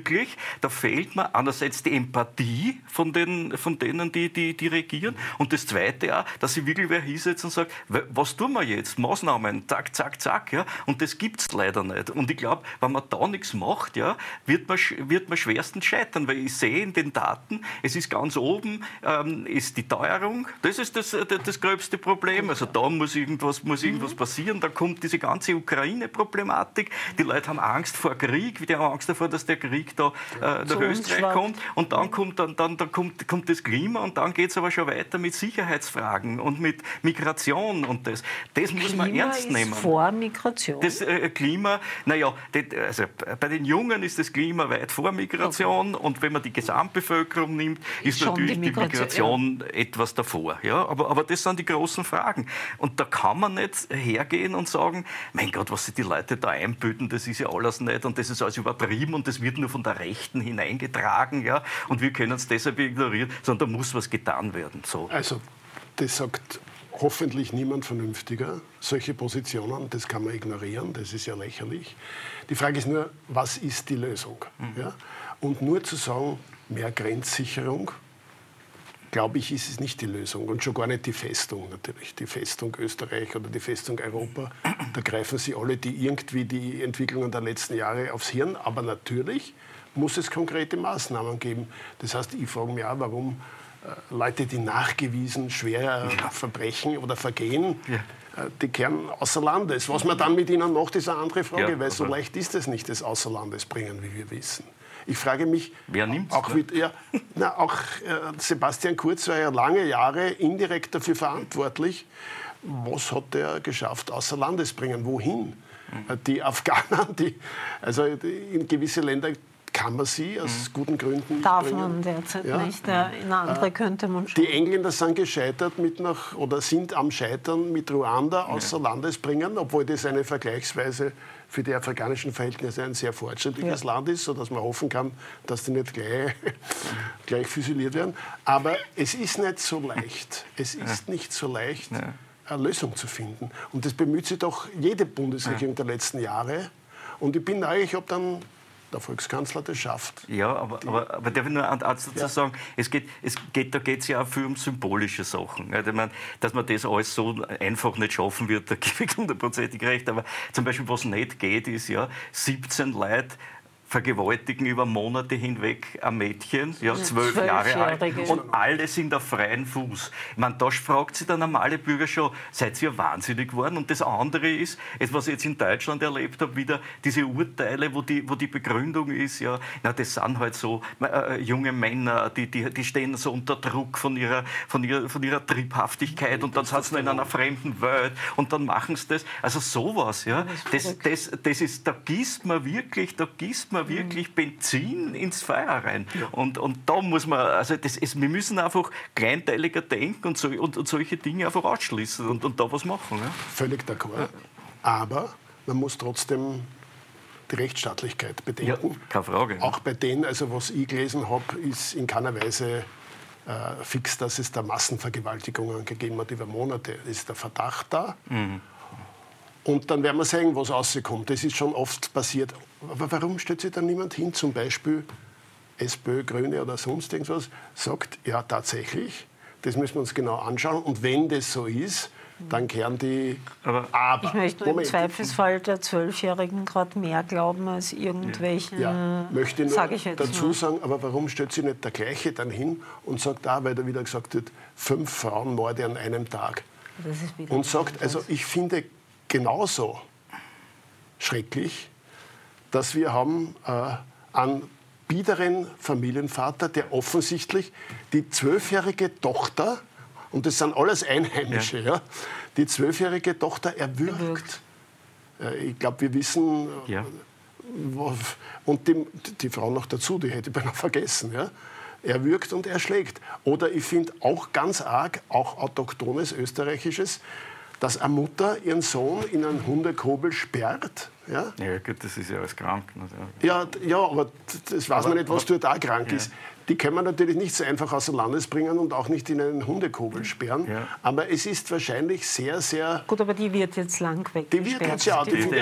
einerseits die Empathie von denen, die regieren, und das Zweite auch, dass sich wirklich wer hinsetzt und sagt, was tun wir jetzt? Maßnahmen, zack, zack, zack. Ja? Und das gibt es leider nicht. Und ich glaube, wenn man da nichts macht, ja, wird man schwerstens scheitern, weil ich sehe in den Daten, es ist ganz oben, ist die Teuerung, das ist das gröbste Problem. Also da muss irgendwas passieren. Dann kommt diese ganze Ukraine-Problematik. Die Leute haben Angst vor Krieg, die haben Angst davor, dass der Krieg da nach Österreich kommt. Und dann kommt das Klima und dann geht es aber schon weiter mit Sicherheitsfragen und mit Migration. Und das muss man ernst nehmen. Vor Migration? Das Klima, naja, also bei den Jungen ist das Klima weit vor Migration, okay. Und wenn man die Gesamtbevölkerung nimmt, ist natürlich die Migration etwas davor. Ja? Aber das sind die großen Fragen. Und da kann man nicht hergehen und sagen, mein Gott, was sich die Leute da einbüten, das ist ja alles nicht und das ist alles übertrieben und das wird nur von der Rechten hineingetragen, ja, und wir können es deshalb ignorieren, sondern da muss was getan werden. So. Also, das sagt hoffentlich niemand Vernünftiger. Solche Positionen, das kann man ignorieren, das ist ja lächerlich. Die Frage ist nur, was ist die Lösung? Ja? Und nur zu sagen, mehr Grenzsicherung, glaube ich, ist es nicht die Lösung. Und schon gar nicht die Festung natürlich. Die Festung Österreich oder die Festung Europa, da greifen sie alle, die irgendwie die Entwicklungen der letzten Jahre aufs Hirn. Aber natürlich muss es konkrete Maßnahmen geben. Das heißt, ich frage mich auch, warum Leute, die nachgewiesen schwere Verbrechen oder Vergehen, die kehren außer Landes. Was man dann mit ihnen macht, ist eine andere Frage, weil so leicht ist es nicht, das außer Landes bringen, wie wir wissen. Ich frage mich, wer nimmt's, auch Sebastian Kurz war ja lange Jahre indirekt dafür verantwortlich. Was hat er geschafft, außer Landes bringen? Wohin? Die Afghanen, in gewisse Länder kann man sie aus guten Gründen nicht Darf bringen. man derzeit nicht. In andere könnte man schon. Die Engländer sind gescheitert sind am Scheitern mit Ruanda außer Landes bringen, obwohl das eine vergleichsweise für die afrikanischen Verhältnisse ein sehr fortschrittliches Land ist, sodass man hoffen kann, dass die nicht gleich füsiliert werden. Aber es ist nicht so leicht. Es ist nicht so leicht, eine Lösung zu finden. Und das bemüht sich doch jede Bundesregierung der letzten Jahre. Und ich bin neugierig, ob dann der Volkskanzler das schafft. Ja, aber darf ich nur eins dazu sagen? Da geht es ja auch viel um symbolische Sachen. Ich meine, dass man das alles so einfach nicht schaffen wird, da gebe ich 100%ig recht. Aber zum Beispiel, was nicht geht, ist ja 17 Leute vergewaltigen über Monate hinweg ein Mädchen, 12 Jahre alt, und alle sind auf freien Fuß. Ich meine, da fragt sich der normale Bürger schon, seid ihr wahnsinnig geworden? Und das andere ist, was ich jetzt in Deutschland erlebt habe, wieder diese Urteile, wo die Begründung ist, das sind halt so junge Männer, die stehen so unter Druck von ihrer Triebhaftigkeit, und dann sind sie noch in einer fremden Welt und dann machen sie das. Also sowas, das ist, da gießt man wirklich Benzin ins Feuer rein. Ja. Und da muss man, wir müssen einfach kleinteiliger denken und solche Dinge einfach ausschließen und da was machen. Ja. Völlig d'accord. Ja. Aber man muss trotzdem die Rechtsstaatlichkeit bedenken. Ja, keine Frage. Auch bei denen, was ich gelesen habe, ist in keiner Weise fix, dass es da Massenvergewaltigungen gegeben hat über Monate. Es ist der Verdacht da. Mhm. Und dann werden wir sehen, was rauskommt. Das ist schon oft passiert. Aber warum stellt sich da niemand hin, zum Beispiel SPÖ, Grüne oder sonst irgendwas, sagt, ja tatsächlich, das müssen wir uns genau anschauen. Und wenn das so ist, dann kehren die... Aber ich möchte im Zweifelsfall der 12-Jährigen gerade mehr glauben als irgendwelchen... Ja, möchte nur dazu sagen, aber warum stellt sich nicht der Gleiche dann hin und sagt, weil da wieder gesagt wird, 5 Frauenmorde an einem Tag. Das ist wieder und sagt, ich finde genauso schrecklich, dass wir haben einen biederen Familienvater, der offensichtlich die 12-jährige Tochter, und das sind alles Einheimische, die 12-jährige Tochter erwürgt. Ich glaube, wir wissen, und die Frau noch dazu, die hätte ich beinahe vergessen, erwürgt und erschlägt. Oder ich finde auch ganz arg, auch autochthones Österreichisches, dass eine Mutter ihren Sohn in einen Hundekobel sperrt. Ja, gut, das ist ja alles krank. Ja, aber das weiß man nicht, was dort auch krank ist. Die können wir natürlich nicht so einfach außer Landes bringen und auch nicht in einen Hundekobel sperren. Ja. Aber es ist wahrscheinlich sehr, sehr... Gut, aber die wird jetzt lang weg. Die wird jetzt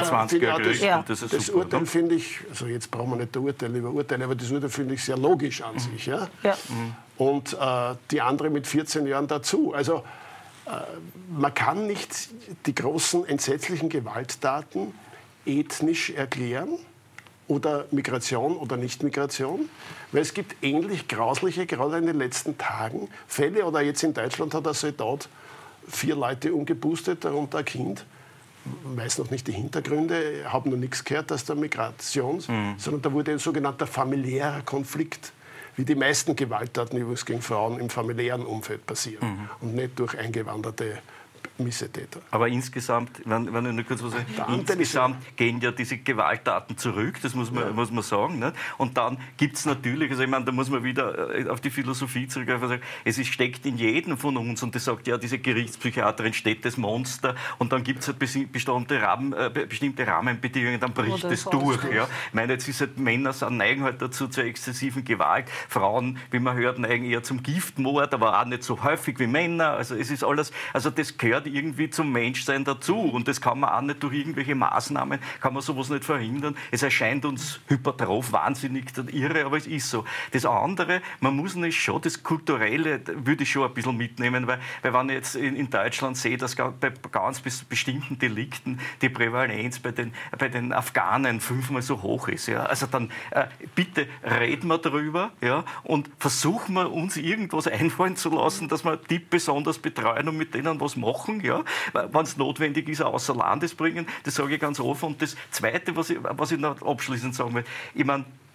das Urteil finde ich, jetzt brauchen wir nicht das Urteil über Urteile, aber das Urteil finde ich sehr logisch an sich. Ja? Ja. Und die andere mit 14 Jahren dazu. Also man kann nicht die großen entsetzlichen Gewalttaten ethnisch erklären oder Migration oder Nicht-Migration, weil es gibt ähnlich grausliche, gerade in den letzten Tagen, Fälle, oder jetzt in Deutschland hat ein Soldat 4 Leute umgeboostet, darunter ein Kind, weiß noch nicht die Hintergründe, habe noch nichts gehört aus der Migration, sondern da wurde ein sogenannter familiärer Konflikt, wie die meisten Gewalttaten übrigens gegen Frauen im familiären Umfeld passieren und nicht durch eingewanderte Missetäter. Aber insgesamt, wenn ich nur kurz was sagen, insgesamt gehen ja diese Gewalttaten zurück, das muss man sagen. Nicht? Und dann gibt es natürlich, ich meine, da muss man wieder auf die Philosophie zurückgreifen, sagen, steckt in jedem von uns, und das sagt ja diese Gerichtspsychiaterin, steht das Monster, und dann gibt es halt bestimmte Rahmenbedingungen, dann bricht es durch. Ja. Ich meine, jetzt ist halt, Männer neigen halt dazu zur exzessiven Gewalt, Frauen, wie man hört, neigen eher zum Giftmord, aber auch nicht so häufig wie Männer. Also es ist alles, das gehört irgendwie zum Menschsein dazu, und das kann man auch nicht durch irgendwelche Maßnahmen, kann man sowas nicht verhindern. Es erscheint uns hypertroph, wahnsinnig irre, aber es ist so. Das andere, man muss nicht schon, das Kulturelle würde ich schon ein bisschen mitnehmen, weil wenn ich jetzt in Deutschland sehe, dass bei ganz bestimmten Delikten die Prävalenz bei den Afghanen 5-mal so hoch ist. Ja. Also dann bitte reden wir darüber, und versuchen wir uns irgendwas einfallen zu lassen, dass wir die besonders betreuen und mit denen was machen. Ja, wenn es notwendig ist, außer Landes bringen, das sage ich ganz offen. Und das Zweite, was ich noch abschließend sagen will, ich meine,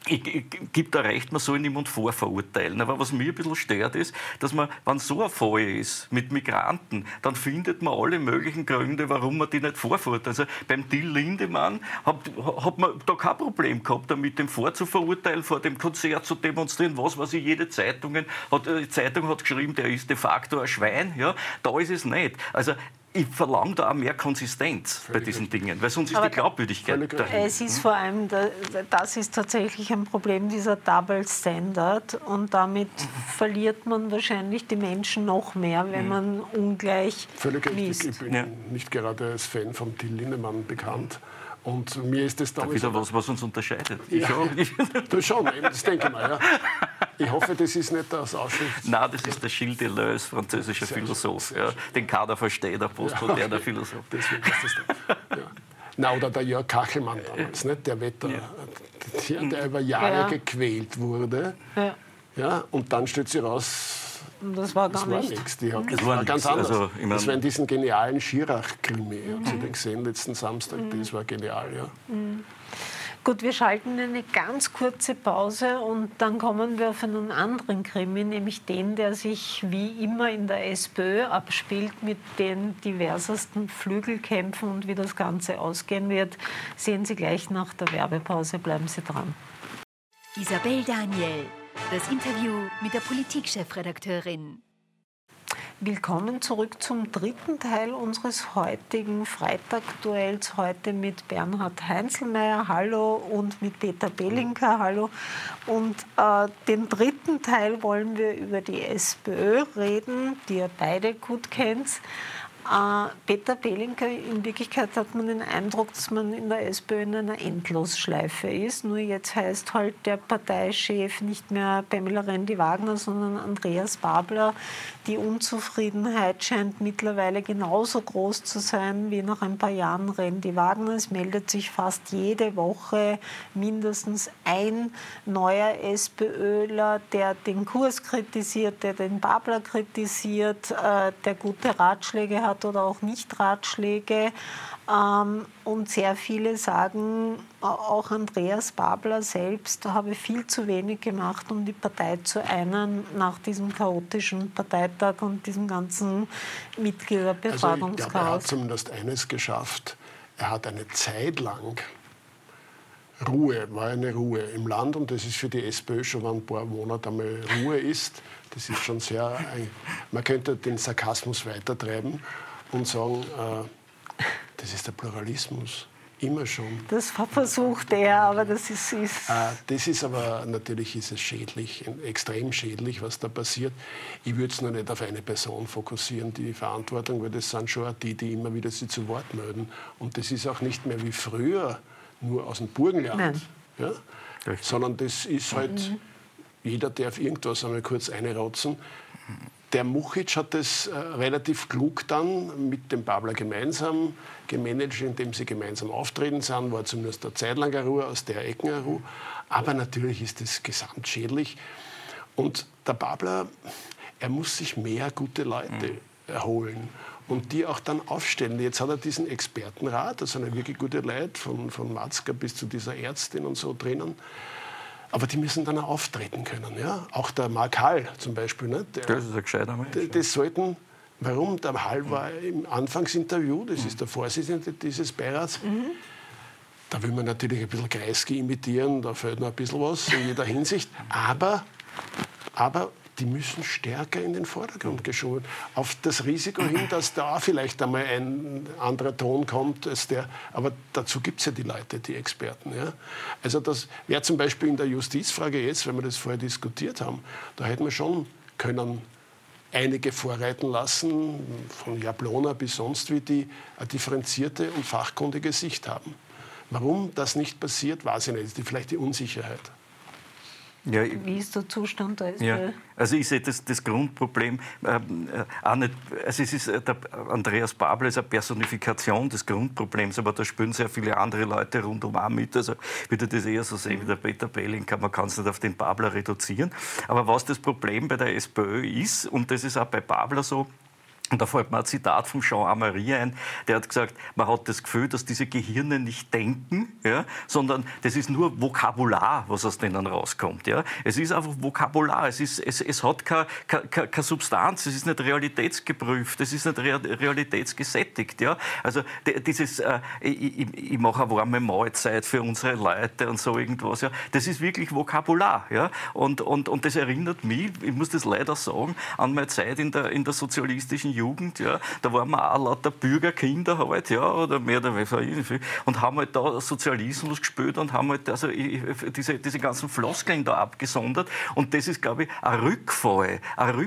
ich gebe da recht, man soll niemand vorverurteilen. Aber was mir ein bisschen stört, ist, dass man, wenn so ein Fall ist mit Migranten, dann findet man alle möglichen Gründe, warum man die nicht vorverurteilt. Also beim Till Lindemann hat man da kein Problem gehabt, damit dem vorzuverurteilen, vor dem Konzert zu demonstrieren, was weiß ich, jede Zeitung hat geschrieben, der ist de facto ein Schwein. Ja? Da ist es nicht. Also ich verlange da auch mehr Konsistenz bei diesen Dingen, weil sonst ist die Glaubwürdigkeit dahin. Es ist vor allem, das ist tatsächlich ein Problem, dieser Double Standard, und damit verliert man wahrscheinlich die Menschen noch mehr, wenn man ungleich Völlig misst. richtig. Ich bin nicht gerade als Fan von Till Lindemann bekannt. Und mir ist das damals... Wieder was uns unterscheidet. Ja, du schon, das denke ich mal. Ja. Ich hoffe, das ist nicht das Auschwitz. Nein, das ist der Gilles Deleuze, französischer Philosoph. Ja. Den keiner versteht, der postmoderner Philosoph. Deswegen ist das da. Ja. Na, oder der Jörg Kachelmann damals, nicht? Der Wetter, der über Jahre gequält wurde. Ja. Ja, und dann stellt sie raus... Das war gar nicht. Nichts. Das war ganz anders. Also, das war in diesem genialen Schirach-Krimi. Haben Sie den gesehen letzten Samstag? Das war genial, ja. Gut, wir schalten eine ganz kurze Pause und dann kommen wir auf einen anderen Krimi, nämlich den, der sich wie immer in der SPÖ abspielt, mit den diversesten Flügelkämpfen, und wie das Ganze ausgehen wird, sehen Sie gleich nach der Werbepause. Bleiben Sie dran. Isabel Daniel, das Interview mit der Politikchefredakteurin. Willkommen zurück zum dritten Teil unseres heutigen Freitag-Duells. Heute mit Bernhard Heinzelmeier, hallo, und mit Peter Belinker, hallo. Und den dritten Teil wollen wir über die SPÖ reden, die ihr beide gut kennt. Peter Belinker, in Wirklichkeit hat man den Eindruck, dass man in der SPÖ in einer Endlosschleife ist. Nur jetzt heißt halt der Parteichef nicht mehr Pamela Rendi-Wagner, sondern Andreas Babler. Die Unzufriedenheit scheint mittlerweile genauso groß zu sein wie nach ein paar Jahren Rendi-Wagner. Es meldet sich fast jede Woche mindestens ein neuer SPÖler, der den Kurs kritisiert, der den Babler kritisiert, der gute Ratschläge hat oder auch nicht Ratschläge. Und sehr viele sagen, auch Andreas Babler selbst habe viel zu wenig gemacht, um die Partei zu einen nach diesem chaotischen Parteitag und diesem ganzen Mitgliederbefragungschaos. Also er hat zumindest eines geschafft. Er hat eine Zeit lang war eine Ruhe im Land, und das ist für die SPÖ schon ein paar Monate einmal Ruhe ist. Das ist schon sehr, man könnte den Sarkasmus weitertreiben und sagen, das ist der Pluralismus, immer schon. Das versucht er, aber das ist... Das ist aber, natürlich ist es schädlich, extrem schädlich, was da passiert. Ich würde es nur nicht auf eine Person fokussieren, die Verantwortung, weil das sind schon auch die immer wieder sich zu Wort melden. Und das ist auch nicht mehr wie früher, nur aus dem Burgenland. Ja? Sondern das ist halt, jeder darf irgendwas einmal kurz einrotzen. Der Muchitsch hat das relativ klug dann mit dem Babler gemeinsam gemanagt, indem sie gemeinsam auftreten sind, war zumindest eine Zeit lang eine Ruhe, aus der Ecken eine Ruhe. Aber natürlich ist das gesamtschädlich. Und der Babler, er muss sich mehr gute Leute erholen und die auch dann aufstellen. Jetzt hat er diesen Expertenrat, das sind ja wirklich gute Leute, von Matzker bis zu dieser Ärztin und so drinnen. Aber die müssen dann auch auftreten können. Ja? Auch der Mark Hall zum Beispiel. Ne? Das ist ein gescheiter Mensch. Das sollten, warum? Der Hall war im Anfangsinterview, das ist der Vorsitzende dieses Beirats. Da will man natürlich ein bisschen Kreisky imitieren, da fehlt noch ein bisschen was in jeder Hinsicht. Aber die müssen stärker in den Vordergrund geschoben. Auf das Risiko hin, dass da vielleicht einmal ein anderer Ton kommt als der. Aber dazu gibt es ja die Leute, die Experten. Ja? Also das wäre zum Beispiel in der Justizfrage jetzt, wenn wir das vorher diskutiert haben, da hätten wir schon können einige vorreiten lassen, von Jablona bis sonst wie, die eine differenzierte und fachkundige Sicht haben. Warum das nicht passiert, weiß ich nicht. Das ist vielleicht die Unsicherheit. Ja, wie ist der Zustand da? Ja. Also ich sehe das Grundproblem auch nicht, also es ist, der Andreas Babler ist eine Personifikation des Grundproblems, aber da spielen sehr viele andere Leute rundum auch mit. Also ich würde das eher so sehen wie der Peter Belinker, man kann es nicht auf den Babler reduzieren. Aber was das Problem bei der SPÖ ist, und das ist auch bei Babler so, Und da fällt mir ein Zitat von Jean Amaury ein, der hat gesagt, man hat das Gefühl, dass diese Gehirne nicht denken, ja, sondern das ist nur Vokabular, was aus denen rauskommt. Ja. Es ist einfach Vokabular, es hat keine Substanz, es ist nicht realitätsgeprüft, es ist nicht realitätsgesättigt. Ja. Also dieses, ich mache eine warme Mahlzeit für unsere Leute und so irgendwas, ja, das ist wirklich Vokabular. Ja. Und das erinnert mich, ich muss das leider sagen, an meine Zeit in der sozialistischen Jugend, ja, da waren wir auch lauter Bürgerkinder halt, ja, oder mehr oder weniger, und haben halt da Sozialismus gespielt und haben halt also diese ganzen Floskeln da abgesondert. Und das ist, glaube ich, ein Rückfall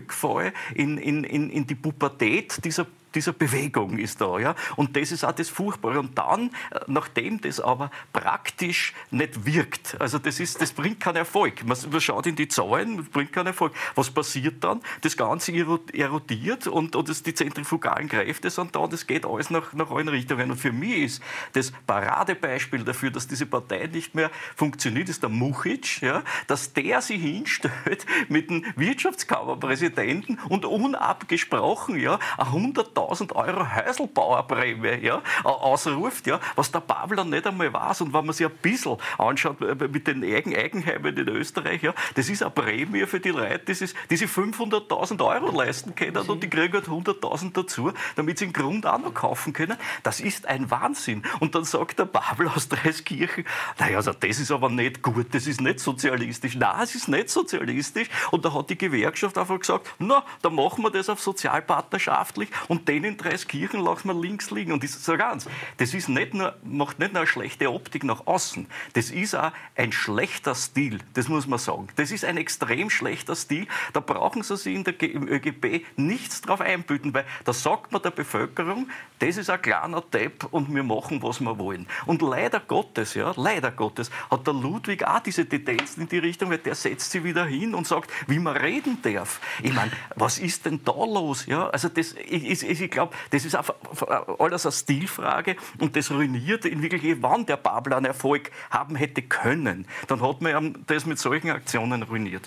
in die Pubertät dieser Bewegung ist da. Ja? Und das ist auch das Furchtbare. Und dann, nachdem das aber praktisch nicht wirkt, also das bringt keinen Erfolg. Man schaut in die Zahlen, das bringt keinen Erfolg. Was passiert dann? Das Ganze erodiert und die zentrifugalen Kräfte sind da, das geht alles nach allen Richtungen. Und für mich ist das Paradebeispiel dafür, dass diese Partei nicht mehr funktioniert, ist der Muchic, ja? Dass der sich hinstellt mit dem Wirtschaftskammerpräsidenten und unabgesprochen, ja, 100.000 Euro Häuselbauerprämie, ja, ausruft, ja, was der Babler nicht einmal weiß. Und wenn man sich ein bisschen anschaut mit den Eigenheimen in Österreich, ja, das ist eine Prämie für die Leute, die sich 500.000 Euro leisten können und die kriegen halt 100.000 dazu, damit sie den Grund auch noch kaufen können. Das ist ein Wahnsinn. Und dann sagt der Babler aus Dreiskirchen, naja, also das ist aber nicht gut, das ist nicht sozialistisch. Nein, es ist nicht sozialistisch. Und da hat die Gewerkschaft einfach gesagt, na, dann machen wir das auf sozialpartnerschaftlich und den in Dreiskirchen lassen wir links liegen. Und ich sage eins, das ist macht nicht nur eine schlechte Optik nach außen, das ist auch ein schlechter Stil, das muss man sagen. Das ist ein extrem schlechter Stil, da brauchen sie sich im ÖGB nichts drauf einbilden, weil da sagt man der Bevölkerung, das ist ein kleiner Depp und wir machen, was wir wollen. Und leider Gottes, hat der Ludwig auch diese Tendenzen in die Richtung, weil der setzt sich wieder hin und sagt, wie man reden darf. Ich meine, was ist denn da los? Ja, also ich glaube, das ist alles eine Stilfrage und das ruiniert in Wirklichkeit, wann der Babler einen Erfolg haben hätte können, dann hat man das mit solchen Aktionen ruiniert.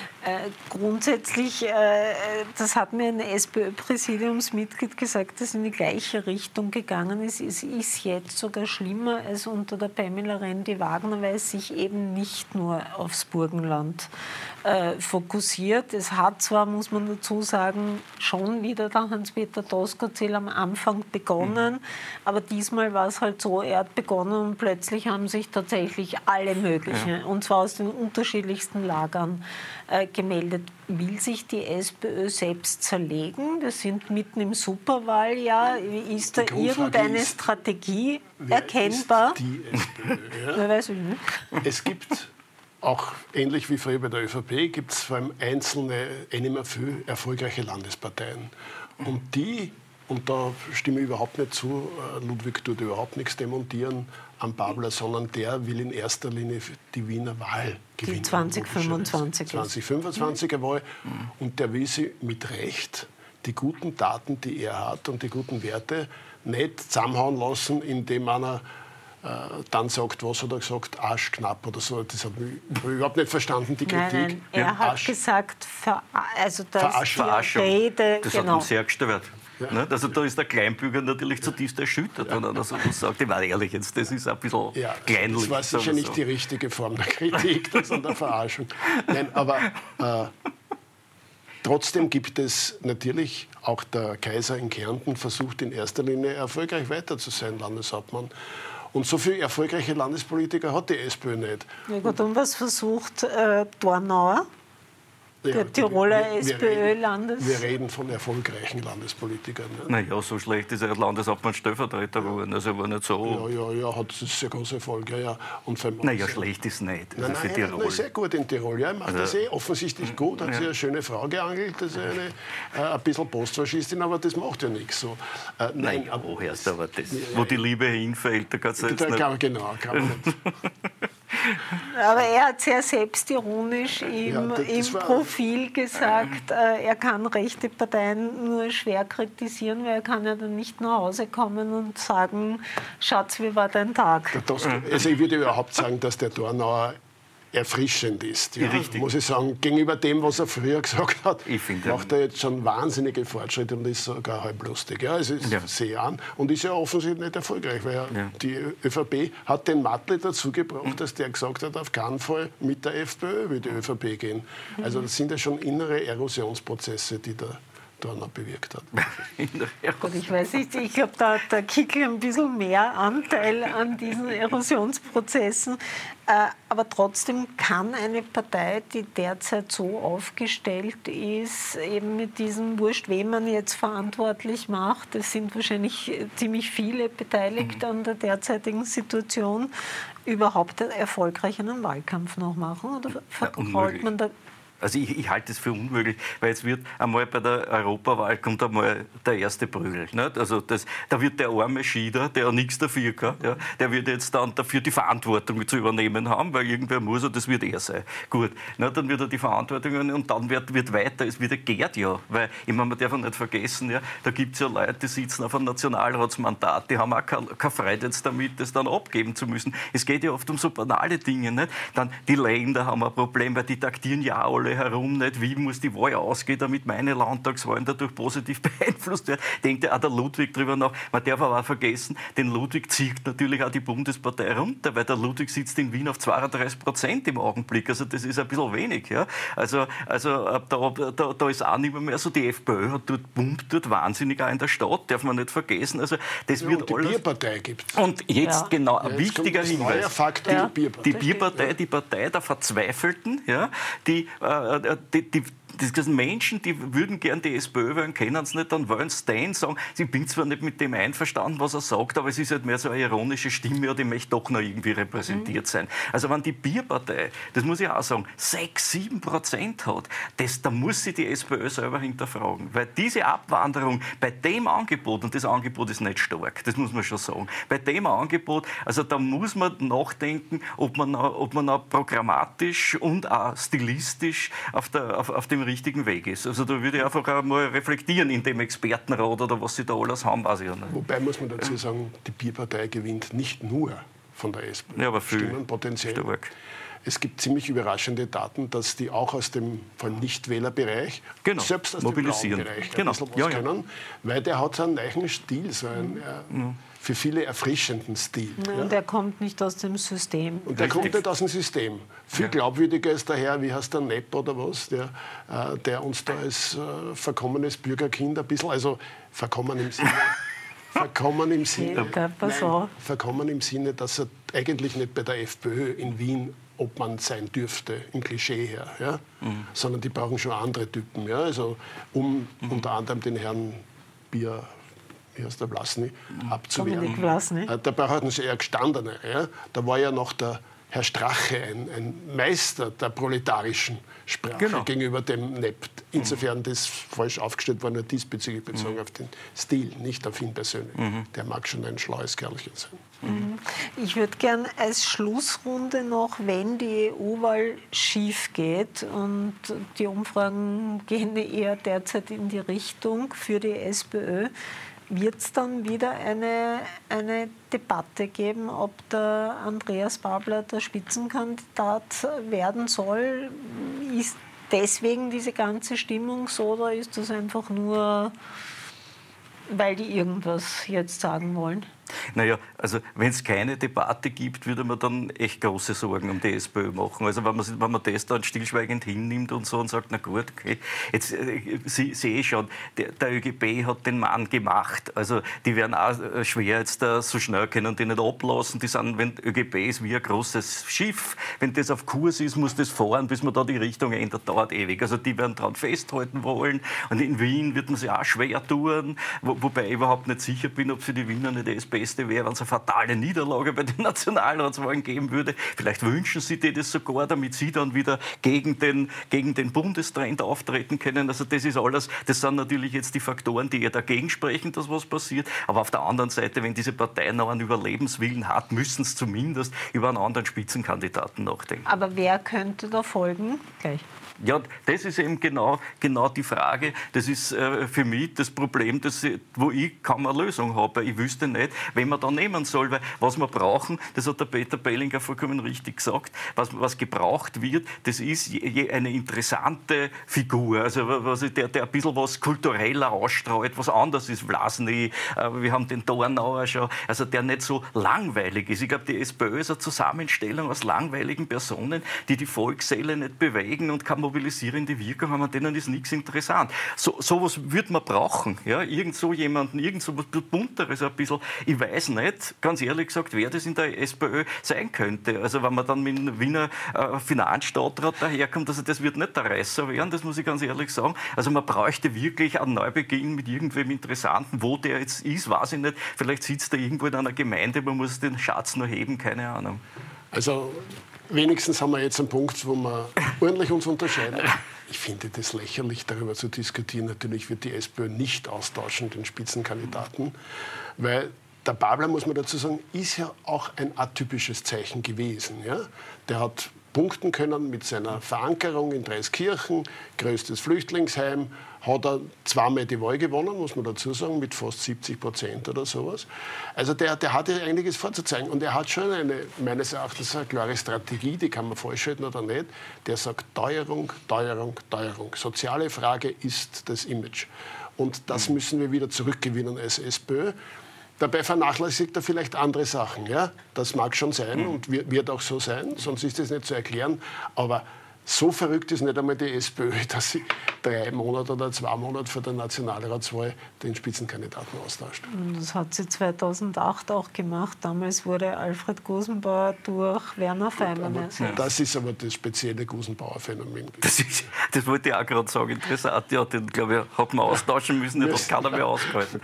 Grundsätzlich, das hat mir ein SPÖ-Präsidiumsmitglied gesagt, das in die gleiche Richtung gegangen ist. Es ist jetzt sogar schlimmer als unter der Pamela Rendi-Wagner, weil es sich eben nicht nur aufs Burgenland fokussiert. Es hat zwar, muss man dazu sagen, schon wieder der Hans-Peter Doskozil am Anfang begonnen, aber diesmal war es halt so, er hat begonnen und plötzlich haben sich tatsächlich alle möglichen, und zwar aus den unterschiedlichsten Lagern, gemeldet. Will sich die SPÖ selbst zerlegen? Wir sind mitten im Superwahljahr. Ist da irgendeine Strategie erkennbar? Die SPÖ, ja. Weiß ich nicht. Es gibt auch, ähnlich wie früher bei der ÖVP, gibt es vor allem einzelne, nicht mehr viel erfolgreiche Landesparteien. Und da stimme ich überhaupt nicht zu, Ludwig tut überhaupt nichts demontieren am Babler, sondern der will in erster Linie die Wiener Wahl gewinnen. Die 2025 2025er Wahl. Und der will sie mit Recht die guten Taten, die er hat und die guten Werte nicht zusammenhauen lassen, indem einer dann sagt, was hat er gesagt, arschknapp oder so. Das habe ich überhaupt nicht verstanden, die Kritik. Nein. Er hat gesagt, Verarschung. Rede, das hat ihn sehr gestört. Ja. Also da ist der Kleinbürger natürlich zutiefst erschüttert, wenn er so was sagt. Ich meine ehrlich, jetzt, das ist ein bisschen kleinlich. Das war sicher nicht die richtige Form der Kritik, das an der Verarschung. Nein, aber trotzdem gibt es natürlich, auch der Kaiser in Kärnten versucht in erster Linie erfolgreich weiter zu sein, Landeshauptmann. Und so viele erfolgreiche Landespolitiker hat die SPÖ nicht. Ja gut, und was versucht Dornauer? Der Tiroler SPÖ-Landes... Wir reden von erfolgreichen Landespolitikern. Ja. Naja, so schlecht ist er Landeshauptmann Stellvertreter geworden. Also war nicht so... Ja, hat sehr große Erfolge. Ja. Naja, schlecht ist nicht. Nein, für Tirol. Nein, sehr gut in Tirol. Ja, er macht das offensichtlich gut. Hat sich eine schöne Frau geangelt. Das ist ein bisschen Postfaschistin, aber das macht ja nichts. So. Nein, aber wo die Liebe hinfällt, da kannst du jetzt nicht... Genau, kann man nicht. Aber er hat sehr selbstironisch im Profil gesagt, er kann rechte Parteien nur schwer kritisieren, weil er kann ja dann nicht nach Hause kommen und sagen, Schatz, wie war dein Tag? Also ich würde überhaupt sagen, dass der Dornauer erfrischend ist. Ja, richtig. Muss ich sagen, gegenüber dem, was er früher gesagt hat, Ich finde, macht er jetzt schon wahnsinnige Fortschritte und ist sogar halb lustig. Ja, es ist sehr an und ist ja offensichtlich nicht erfolgreich, weil die ÖVP hat den Mattli dazu gebracht, dass der gesagt hat, auf keinen Fall mit der FPÖ will die ÖVP gehen. Also das sind ja schon innere Erosionsprozesse, die der Dorner bewirkt hat. Gut, ich weiß nicht, ich glaube, da hat der Kickl ein bisschen mehr Anteil an diesen Erosionsprozessen. Aber trotzdem kann eine Partei, die derzeit so aufgestellt ist, eben mit diesem Wurscht, wen man jetzt verantwortlich macht, es sind wahrscheinlich ziemlich viele beteiligt an der derzeitigen Situation, überhaupt erfolgreich einen Wahlkampf noch machen? Oder vertraut man da? Also ich halte es für unmöglich, weil jetzt wird einmal bei der Europawahl kommt einmal der erste Prügel. Nicht? Also da wird der arme Schieder, der nichts dafür kann, der wird jetzt dann dafür die Verantwortung zu übernehmen haben, weil irgendwer muss und das wird er sein. Gut, dann wird er die Verantwortung übernehmen und dann wird weiter, es wird gärt ja. Weil, ich meine, man darf auch nicht vergessen, da gibt es ja Leute, die sitzen auf einem Nationalratsmandat, die haben auch keine Freude jetzt damit, das dann abgeben zu müssen. Es geht ja oft um so banale Dinge. Nicht? Dann die Länder haben ein Problem, weil die taktieren ja alle herum, nicht? Wie muss die Wahl ausgehen, damit meine Landtagswahlen dadurch positiv beeinflusst werden. Denkt ja auch der Ludwig drüber nach. Man darf aber auch vergessen, den Ludwig zieht natürlich auch die Bundespartei runter, weil der Ludwig sitzt in Wien auf 32% im Augenblick. Also das ist ein bisschen wenig. Ja? Also da ist auch nicht mehr so. Die FPÖ hat pumpt dort wahnsinnig auch in der Stadt, darf man nicht vergessen. Also das wird und die alles. Bierpartei gibt es. Und jetzt genau ein wichtiger Hinweis. Fakt, Die Bierpartei, die Partei der Verzweifelten, das sind Menschen, die würden gern die SPÖ wählen, kennen es nicht, dann wollen Stan sagen, ich bin zwar nicht mit dem einverstanden, was er sagt, aber es ist halt mehr so eine ironische Stimme, die möchte doch noch irgendwie repräsentiert sein. Also wenn die Bierpartei, das muss ich auch sagen, 6-7% hat, da muss sich die SPÖ selber hinterfragen. Weil diese Abwanderung bei dem Angebot, und das Angebot ist nicht stark, das muss man schon sagen, bei dem Angebot, also da muss man nachdenken, ob man auch programmatisch und auch stilistisch auf dem richtigen Weg ist. Also da würde ich einfach einmal reflektieren in dem Expertenrat oder was sie da alles haben, weiß ich auch nicht. Wobei muss man dazu sagen, die Bierpartei gewinnt nicht nur von der SPÖ. Ja, aber viel Stimmen potenziell. stark. Es gibt ziemlich überraschende Daten, dass die auch aus dem Nichtwählerbereich, selbst aus dem blauen Bereich, ein bisschen was können, weil der hat so einen neuen Stil, so einen für viele erfrischenden Stil. Und der kommt nicht aus dem System. Und der kommt nicht aus dem System. Viel glaubwürdiger ist der Herr, wie heißt der, Nepp oder was, der uns da als verkommenes Bürgerkind ein bisschen, also verkommen im Sinne... Verkommen im Sinne, dass er eigentlich nicht bei der FPÖ in Wien Obmann sein dürfte, im Klischee her, sondern die brauchen schon andere Typen. Ja? Also unter anderem den Herrn Bier, wie heißt der, Vlasny, abzuwehren. Da braucht man eher gestandene. Ja? Da war ja noch der Herr Strache ein Meister der proletarischen Sprache gegenüber dem Nepp. Insofern das falsch aufgestellt war, nur diesbezüglich bezogen auf den Stil, nicht auf ihn persönlich. Der mag schon ein schlaues Kerlchen sein. Ich würde gern als Schlussrunde noch, wenn die EU-Wahl schief geht und die Umfragen gehen eher derzeit in die Richtung für die SPÖ, wird es dann wieder eine Debatte geben, ob der Andreas Babler der Spitzenkandidat werden soll? Ist deswegen diese ganze Stimmung so oder ist das einfach nur, weil die irgendwas jetzt sagen wollen? Naja, also wenn es keine Debatte gibt, würde man dann echt große Sorgen um die SPÖ machen. Also wenn man das dann stillschweigend hinnimmt und so und sagt, na gut, okay, jetzt sehe ich schon, der ÖGB hat den Mann gemacht. Also die werden auch schwer jetzt so schnell können die nicht ablassen. Die sind, wenn ÖGB ist wie ein großes Schiff, wenn das auf Kurs ist, muss das fahren, bis man da die Richtung ändert, dauert ewig. Also die werden daran festhalten wollen. Und in Wien wird man sich auch schwer tun, wobei ich überhaupt nicht sicher bin, ob für die Wiener nicht das Beste wäre, wenn es eine fatale Niederlage bei den Nationalratswahlen geben würde. Vielleicht wünschen sie dir das sogar, damit sie dann wieder gegen den Bundestrend auftreten können. Also das ist alles, das sind natürlich jetzt die Faktoren, die eher dagegen sprechen, dass was passiert. Aber auf der anderen Seite, wenn diese Partei noch einen Überlebenswillen hat, müssen sie zumindest über einen anderen Spitzenkandidaten nachdenken. Aber wer könnte da folgen? Gleich. Ja, das ist eben genau die Frage. Das ist für mich das Problem, wo ich kaum eine Lösung habe. Ich wüsste nicht, wen man da nehmen soll. Weil was wir brauchen, das hat der Peter Bellinger vollkommen richtig gesagt, was gebraucht wird, das ist eine interessante Figur, also der ein bisschen was kultureller ausstrahlt, was anders ist. Vlasny, wir haben den Dornauer schon, also der nicht so langweilig ist. Ich glaube, die SPÖ ist eine Zusammenstellung aus langweiligen Personen, die Volksseele nicht bewegen und keine mobilisierende Wirkung haben, an denen ist nichts interessant. Sowas würde man brauchen, ja? Irgend so jemanden, irgend so was Bunteres ein bisschen. Ich weiß nicht, ganz ehrlich gesagt, wer das in der SPÖ sein könnte. Also wenn man dann mit einem Wiener Finanzstadtrat daherkommt, also das wird nicht der Reißer werden, das muss ich ganz ehrlich sagen. Also man bräuchte wirklich einen Neubeginn mit irgendwem Interessanten. Wo der jetzt ist, weiß ich nicht. Vielleicht sitzt er irgendwo in einer Gemeinde, man muss den Schatz nur heben, keine Ahnung. Also wenigstens haben wir jetzt einen Punkt, wo wir ordentlich uns unterscheiden. Ich finde das lächerlich, darüber zu diskutieren. Natürlich wird die SPÖ nicht austauschen, den Spitzenkandidaten, weil der Babler, muss man dazu sagen, ist ja auch ein atypisches Zeichen gewesen. Ja? Der hat punkten können mit seiner Verankerung in Dreiskirchen, größtes Flüchtlingsheim, hat er zweimal die Wahl gewonnen, muss man dazu sagen, mit fast 70% oder sowas. Also der hat ja einiges vorzuzeigen. Und er hat schon meines Erachtens eine klare Strategie, die kann man falsch halten oder nicht. Der sagt Teuerung, Teuerung, Teuerung. Soziale Frage ist das Image. Und das müssen wir wieder zurückgewinnen als SPÖ. Dabei vernachlässigt er vielleicht andere Sachen. Ja? Das mag schon sein und wird auch so sein, sonst ist das nicht zu erklären. Aber so verrückt ist nicht einmal die SPÖ, dass sie 3 Monate oder 2 Monate vor der Nationalratswahl den Spitzenkandidaten austauscht. Das hat sie 2008 auch gemacht. Damals wurde Alfred Gusenbauer durch Werner Feimann ersetzt. Das ist aber das spezielle Gusenbauer-Phänomen. Das wollte ich auch gerade sagen. Interessant. Ja, den, glaube ich, hat man austauschen müssen. Das hat keiner mehr ausgehalten.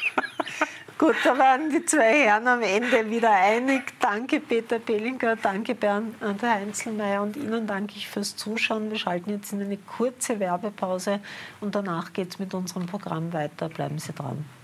Gut, da waren die zwei Herren am Ende wieder einig. Danke Peter Bellinger, danke Bernd Heinzelmeier und Ihnen danke ich fürs Zuschauen. Wir schalten jetzt in eine kurze Werbepause und danach geht es mit unserem Programm weiter. Bleiben Sie dran.